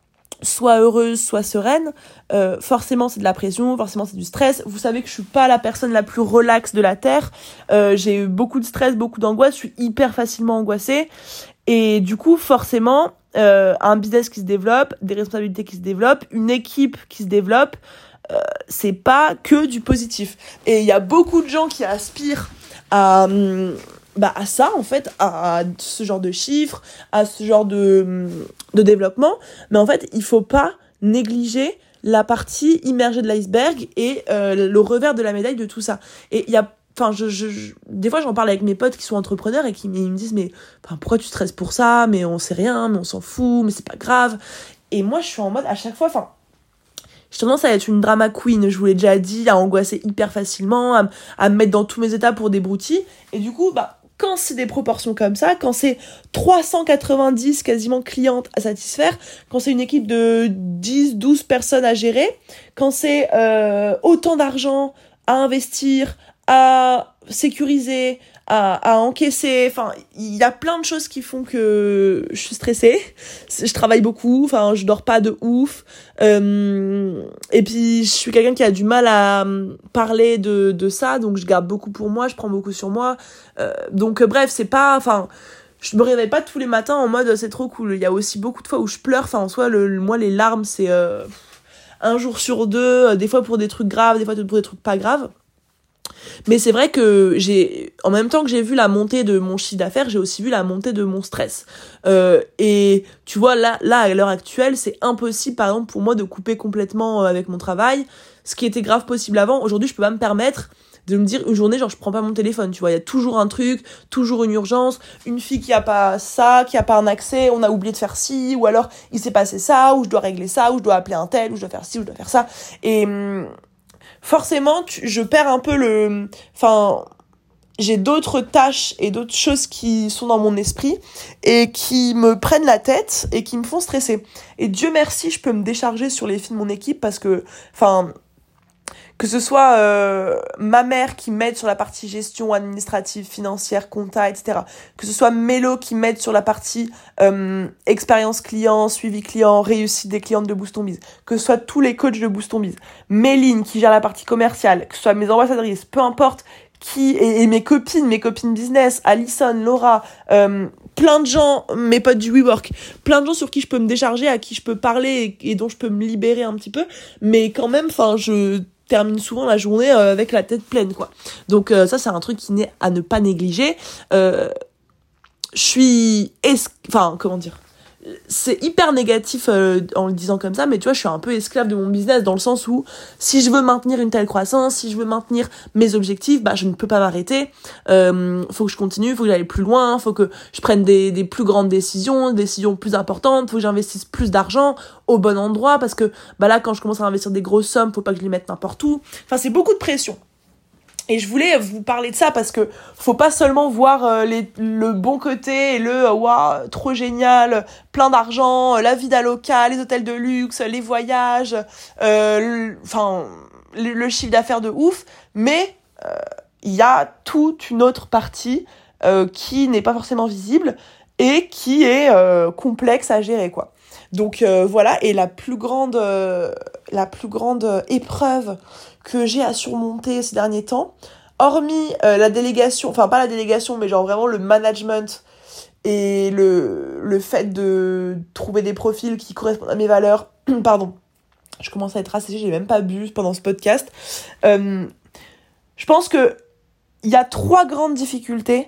soit heureuse, soit sereine. Euh, forcément, c'est de la pression, forcément, c'est du stress. Vous savez que je suis pas la personne la plus relaxe de la Terre. Euh, j'ai eu beaucoup de stress, beaucoup d'angoisse. Je suis hyper facilement angoissée. Et du coup, forcément, euh, un business qui se développe, des responsabilités qui se développent, une équipe qui se développe, euh, c'est pas que du positif. Et il y a beaucoup de gens qui aspirent à... Hum, bah à ça en fait, à ce genre de chiffres, à ce genre de de développement, mais en fait il faut pas négliger la partie immergée de l'iceberg et euh, le revers de la médaille de tout ça. Et il y a enfin je, je, je des fois j'en parle avec mes potes qui sont entrepreneurs et qui ils me disent mais enfin pourquoi tu stresses pour ça, mais on sait rien, mais on s'en fout, mais c'est pas grave. Et moi je suis en mode à chaque fois, enfin j'ai tendance à être une drama queen, je vous l'ai déjà dit, à angoisser hyper facilement, à, à me mettre dans tous mes états pour des broutilles. Et du coup, bah, quand c'est des proportions comme ça, quand c'est trois cent quatre-vingt-dix quasiment clientes à satisfaire, quand c'est une équipe de dix douze personnes à gérer, quand c'est euh, autant d'argent à investir, à sécuriser, à, à encaisser, enfin il y a plein de choses qui font que je suis stressée, je travaille beaucoup, enfin je dors pas de ouf, euh, et puis je suis quelqu'un qui a du mal à parler de, de ça, donc je garde beaucoup pour moi, je prends beaucoup sur moi, euh, donc euh, bref c'est pas, enfin je me réveille pas tous les matins en mode c'est trop cool, il y a aussi beaucoup de fois où je pleure, enfin en soi le, moi les larmes c'est euh, un jour sur deux, des fois pour des trucs graves, des fois pour des trucs pas graves. Mais c'est vrai que j'ai, en même temps que j'ai vu la montée de mon chiffre d'affaires, j'ai aussi vu la montée de mon stress. Euh, et tu vois, là, là, à l'heure actuelle, c'est impossible, par exemple, pour moi de couper complètement avec mon travail. Ce qui était grave possible avant, aujourd'hui, je peux pas me permettre de me dire une journée, genre, je prends pas mon téléphone, tu vois. Il y a toujours un truc, toujours une urgence, une fille qui a pas ça, qui a pas un accès, on a oublié de faire ci, ou alors il s'est passé ça, ou je dois régler ça, ou je dois appeler un tel, ou je dois faire ci, ou je dois faire ça. Et forcément, tu, je perds un peu le... Enfin, j'ai d'autres tâches et d'autres choses qui sont dans mon esprit et qui me prennent la tête et qui me font stresser. Et Dieu merci, je peux me décharger sur les filles de mon équipe parce que... Enfin, que ce soit euh, ma mère qui m'aide sur la partie gestion administrative, financière, compta, et cetera. Que ce soit Mélo qui m'aide sur la partie euh, expérience client, suivi client, réussite des clientes de Boost Ton Biz. Que ce soit tous les coachs de Boost Ton Biz. Méline qui gère la partie commerciale. Que ce soit mes ambassadrices, peu importe qui... Et, et mes copines, mes copines business, Alison, Laura... Euh, plein de gens, mes potes du WeWork, plein de gens sur qui je peux me décharger, à qui je peux parler et, et dont je peux me libérer un petit peu. Mais quand même, enfin, je... termine souvent la journée euh, avec la tête pleine quoi. Donc euh, ça c'est un truc qui n'est à ne pas négliger. Euh, je suis es- enfin comment dire, c'est hyper négatif euh, en le disant comme ça, mais tu vois je suis un peu esclave de mon business dans le sens où si je veux maintenir une telle croissance, si je veux maintenir mes objectifs, bah je ne peux pas m'arrêter. Euh, faut que je continue, faut que j'aille plus loin, faut que je prenne des, des plus grandes décisions, des décisions plus importantes, faut que j'investisse plus d'argent au bon endroit parce que bah là quand je commence à investir des grosses sommes, faut pas que je les mette n'importe où. Enfin c'est beaucoup de pression. Et je voulais vous parler de ça parce que faut pas seulement voir euh, les, le bon côté et le waouh, wow, trop génial, plein d'argent, la vie d'Aloca, les hôtels de luxe, les voyages, euh, enfin le, le chiffre d'affaires de ouf, mais il euh, y a toute une autre partie euh, qui n'est pas forcément visible et qui est euh, complexe à gérer quoi. Donc euh, voilà, et la plus grande euh, la plus grande épreuve que j'ai à surmonter ces derniers temps, hormis euh, la délégation, enfin pas la délégation, mais genre vraiment le management et le, le fait de trouver des profils qui correspondent à mes valeurs, pardon, je commence à être asséchée, j'ai même pas bu pendant ce podcast, euh, je pense que il y a trois grandes difficultés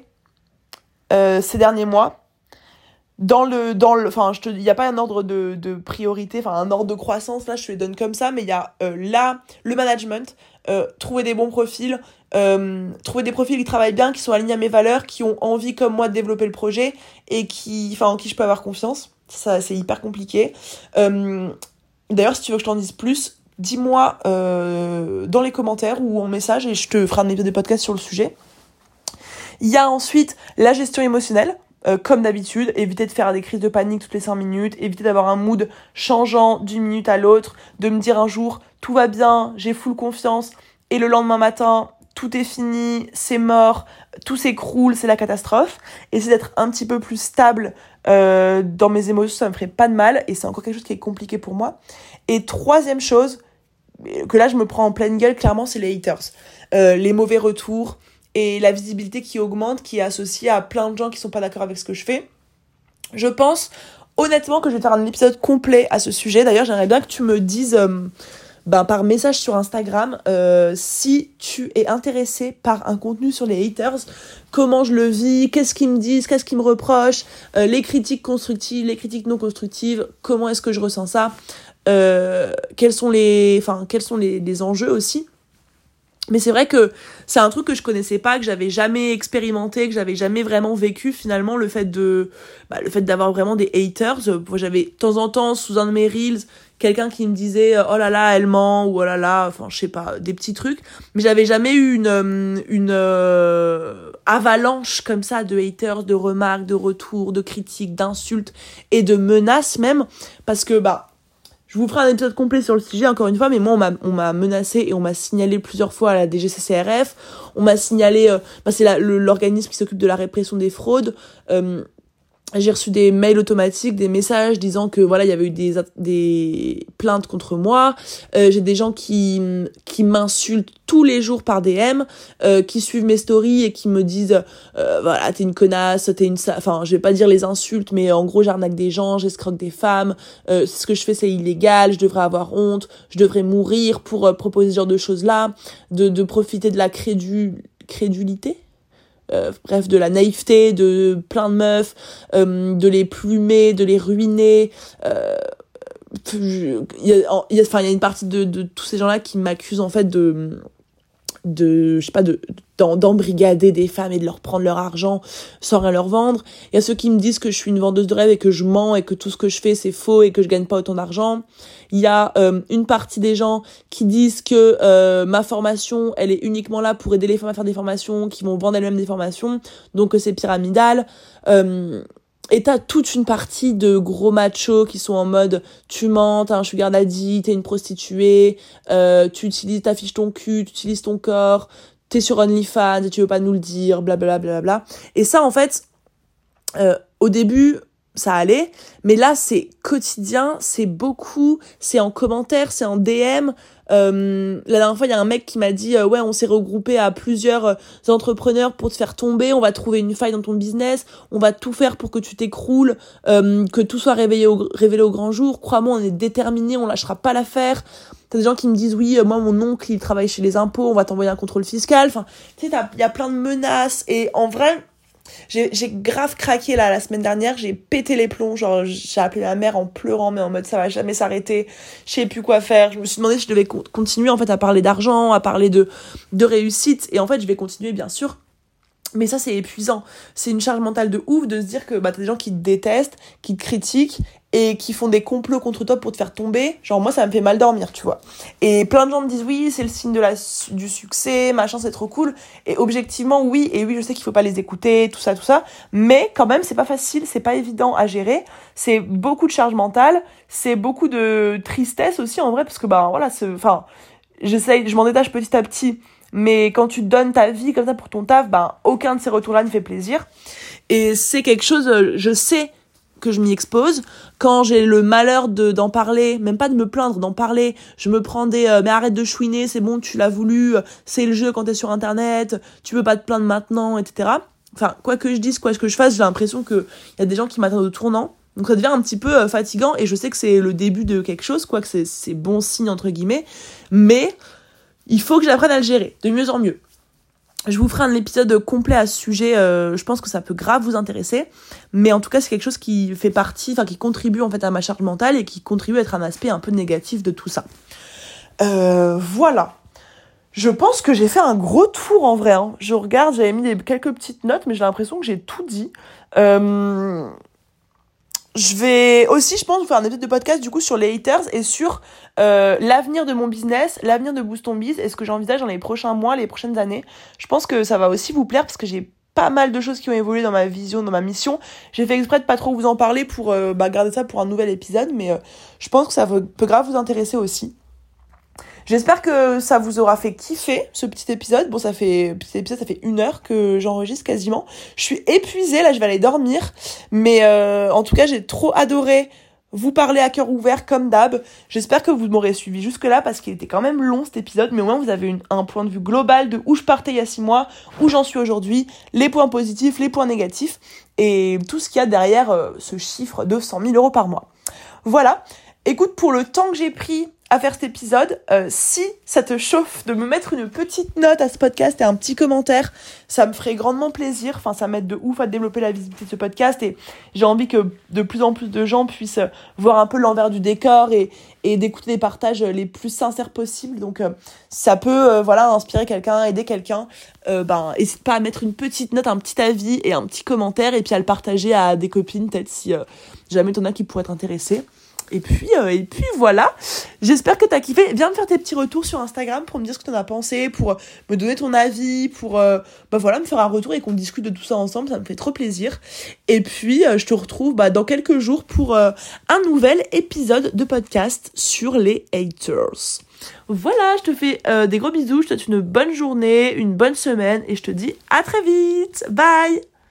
euh, ces derniers mois. Dans le, dans le, enfin, je te, il y a pas un ordre de, de priorité, enfin, un ordre de croissance, là, je te les donne comme ça, mais il y a, euh, là, le management, euh, trouver des bons profils, euh, trouver des profils qui travaillent bien, qui sont alignés à mes valeurs, qui ont envie, comme moi, de développer le projet, et qui, enfin, en qui je peux avoir confiance. Ça, c'est hyper compliqué. Euh, d'ailleurs, si tu veux que je t'en dise plus, dis-moi, euh, dans les commentaires ou en message, et je te ferai un épisode de podcast sur le sujet. Il y a ensuite la gestion émotionnelle. Euh, comme d'habitude, éviter de faire des crises de panique toutes les cinq minutes, éviter d'avoir un mood changeant d'une minute à l'autre, de me dire un jour tout va bien, j'ai full confiance, et le lendemain matin tout est fini, c'est mort, tout s'écroule, c'est la catastrophe. Essayer d'être un petit peu plus stable euh, dans mes émotions, ça me ferait pas de mal, et c'est encore quelque chose qui est compliqué pour moi. Et troisième chose, que là je me prends en pleine gueule, clairement, c'est les haters. Euh, les mauvais retours, et la visibilité qui augmente, qui est associée à plein de gens qui sont pas d'accord avec ce que je fais. Je pense honnêtement que je vais faire un épisode complet à ce sujet. D'ailleurs, j'aimerais bien que tu me dises euh, ben, par message sur Instagram euh, si tu es intéressé par un contenu sur les haters, comment je le vis, qu'est-ce qu'ils me disent, qu'est-ce qu'ils me reprochent, euh, les critiques constructives, les critiques non constructives, comment est-ce que je ressens ça, euh, quels sont les, enfin, quels sont les, les enjeux aussi. Mais c'est vrai que c'est un truc que je connaissais pas, que j'avais jamais expérimenté, que j'avais jamais vraiment vécu finalement, le fait de, bah, le fait d'avoir vraiment des haters. Moi, j'avais de temps en temps, sous un de mes reels, quelqu'un qui me disait « Oh là là, elle ment » ou « Oh là là », enfin je sais pas, des petits trucs. Mais j'avais jamais eu une, une euh, avalanche comme ça de haters, de remarques, de retours, de critiques, d'insultes et de menaces même. Parce que, bah, je vous ferai un épisode complet sur le sujet, encore une fois, mais moi, on m'a, on m'a menacé et on m'a signalé plusieurs fois à la D G C C R F. On m'a signalé, euh, bah, c'est la, le, l'organisme qui s'occupe de la répression des fraudes. Euh, j'ai reçu des mails automatiques, des messages disant que voilà, il y avait eu des, des plaintes contre moi. Euh, j'ai des gens qui, qui m'insultent tous les jours par D M, euh, qui suivent mes stories et qui me disent euh, voilà, t'es une connasse, t'es une... Enfin, je vais pas dire les insultes, mais en gros, j'arnaque des gens, j'escroque des femmes, euh, ce que je fais, c'est illégal, je devrais avoir honte, je devrais mourir pour euh, proposer ce genre de choses-là, de, de profiter de la crédu... crédulité Euh, bref, de la naïveté de plein de meufs, euh, de les plumer, de les ruiner. Euh, il y a, il y a, enfin, il y a une partie de, de tous ces gens-là qui m'accusent en fait de, de, je sais pas, de, d'embrigader des femmes et de leur prendre leur argent sans rien leur vendre. Il y a ceux qui me disent que je suis une vendeuse de rêve et que je mens et que tout ce que je fais c'est faux et que je gagne pas autant d'argent. Il y a euh, une partie des gens qui disent que euh, ma formation elle est uniquement là pour aider les femmes à faire des formations, qui vont vendre elles-mêmes des formations, donc que c'est pyramidal. Euh, Et t'as toute une partie de gros machos qui sont en mode tu mens, t'as un sugar daddy, t'es une prostituée, euh, tu utilises, t'affiches ton cul, tu utilises ton corps, t'es sur OnlyFans et tu veux pas nous le dire, blablabla. Bla, bla, bla. Et ça, en fait, euh, au début, ça allait, mais là, c'est quotidien, c'est beaucoup, c'est en commentaire, c'est en D M. Euh, la dernière fois, il y a un mec qui m'a dit euh, ouais, on s'est regroupé à plusieurs euh, entrepreneurs pour te faire tomber, on va trouver une faille dans ton business, on va tout faire pour que tu t'écroules, euh, que tout soit réveillé au, révélé au grand jour. Crois-moi, on est déterminés, on lâchera pas l'affaire. T'as des gens qui me disent oui, euh, moi mon oncle il travaille chez les impôts, on va t'envoyer un contrôle fiscal. Enfin, tu sais, il y a plein de menaces et en vrai. J'ai, j'ai grave craqué là la semaine dernière, j'ai pété les plombs, genre j'ai appelé ma mère en pleurant mais en mode ça va jamais s'arrêter, je savais plus quoi faire. Je me suis demandé si je devais co- continuer en fait à parler d'argent, à parler de, de réussite, et en fait je vais continuer bien sûr. Mais ça c'est épuisant, c'est une charge mentale de ouf de se dire que bah, t'as des gens qui te détestent, qui te critiquent et qui font des complots contre toi pour te faire tomber. Genre moi ça me fait mal dormir, tu vois. Et plein de gens me disent oui c'est le signe de la, du succès, machin c'est trop cool. Et objectivement oui, et oui je sais qu'il faut pas les écouter, tout ça, tout ça. Mais quand même c'est pas facile, c'est pas évident à gérer. C'est beaucoup de charge mentale, c'est beaucoup de tristesse aussi en vrai parce que bah voilà, c'est, enfin j'essaye, je m'en détache petit à petit. Mais quand tu donnes ta vie comme ça pour ton taf, ben aucun de ces retours-là ne fait plaisir. Et c'est quelque chose, je sais que je m'y expose. Quand j'ai le malheur de, d'en parler, même pas de me plaindre, d'en parler, je me prends des euh, « mais arrête de chouiner, c'est bon, tu l'as voulu, c'est le jeu quand t'es sur Internet, tu peux pas te plaindre maintenant, et cetera » Enfin, quoi que je dise, quoi que je fasse, j'ai l'impression qu'il y a des gens qui m'attendent au tournant. Donc ça devient un petit peu euh, fatigant et je sais que c'est le début de quelque chose, quoi que c'est, c'est bon signe entre guillemets. Mais... il faut que j'apprenne à le gérer, de mieux en mieux. Je vous ferai un épisode complet à ce sujet, euh, je pense que ça peut grave vous intéresser, mais en tout cas c'est quelque chose qui fait partie, enfin qui contribue en fait à ma charge mentale et qui contribue à être un aspect un peu négatif de tout ça. Euh, voilà. Je pense que j'ai fait un gros tour en vrai, hein. Je regarde, j'avais mis des, quelques petites notes, mais j'ai l'impression que j'ai tout dit. Euh... Je vais aussi, je pense, vous faire un épisode de podcast du coup sur les haters et sur euh, l'avenir de mon business, l'avenir de Boost Ton Biz et ce que j'envisage dans les prochains mois, les prochaines années. Je pense que ça va aussi vous plaire parce que j'ai pas mal de choses qui ont évolué dans ma vision, dans ma mission. J'ai fait exprès de pas trop vous en parler pour euh, bah, garder ça pour un nouvel épisode, mais euh, je pense que ça peut grave vous intéresser aussi. J'espère que ça vous aura fait kiffer ce petit épisode. Bon, ça fait petit épisode, ça fait une heure que j'enregistre quasiment. Je suis épuisée, là, je vais aller dormir. Mais euh, en tout cas, j'ai trop adoré vous parler à cœur ouvert comme d'hab. J'espère que vous m'aurez suivi jusque-là parce qu'il était quand même long cet épisode. Mais au moins, vous avez une, un point de vue global de où je partais il y a six mois, où j'en suis aujourd'hui, les points positifs, les points négatifs et tout ce qu'il y a derrière euh, ce chiffre de cent mille euros par mois. Voilà. Écoute, pour le temps que j'ai pris à faire cet épisode, euh, si ça te chauffe de me mettre une petite note à ce podcast et un petit commentaire, ça me ferait grandement plaisir. Enfin, ça m'aide de ouf à développer la visibilité de ce podcast et j'ai envie que de plus en plus de gens puissent voir un peu l'envers du décor et, et d'écouter des partages les plus sincères possibles. Donc, euh, ça peut euh, voilà, inspirer quelqu'un, aider quelqu'un. Euh, ben, n'hésite pas à mettre une petite note, un petit avis et un petit commentaire et puis à le partager à des copines, peut-être si euh, jamais t'en as qui pourraient être intéressées. Et puis, euh, et puis voilà, j'espère que t'as kiffé. Viens me faire tes petits retours sur Instagram pour me dire ce que t'en as pensé, pour me donner ton avis, pour euh, bah voilà, me faire un retour et qu'on discute de tout ça ensemble, ça me fait trop plaisir. Et puis, euh, je te retrouve bah, dans quelques jours pour euh, un nouvel épisode de podcast sur les haters. Voilà, je te fais euh, des gros bisous, je te souhaite une bonne journée, une bonne semaine et je te dis à très vite. Bye!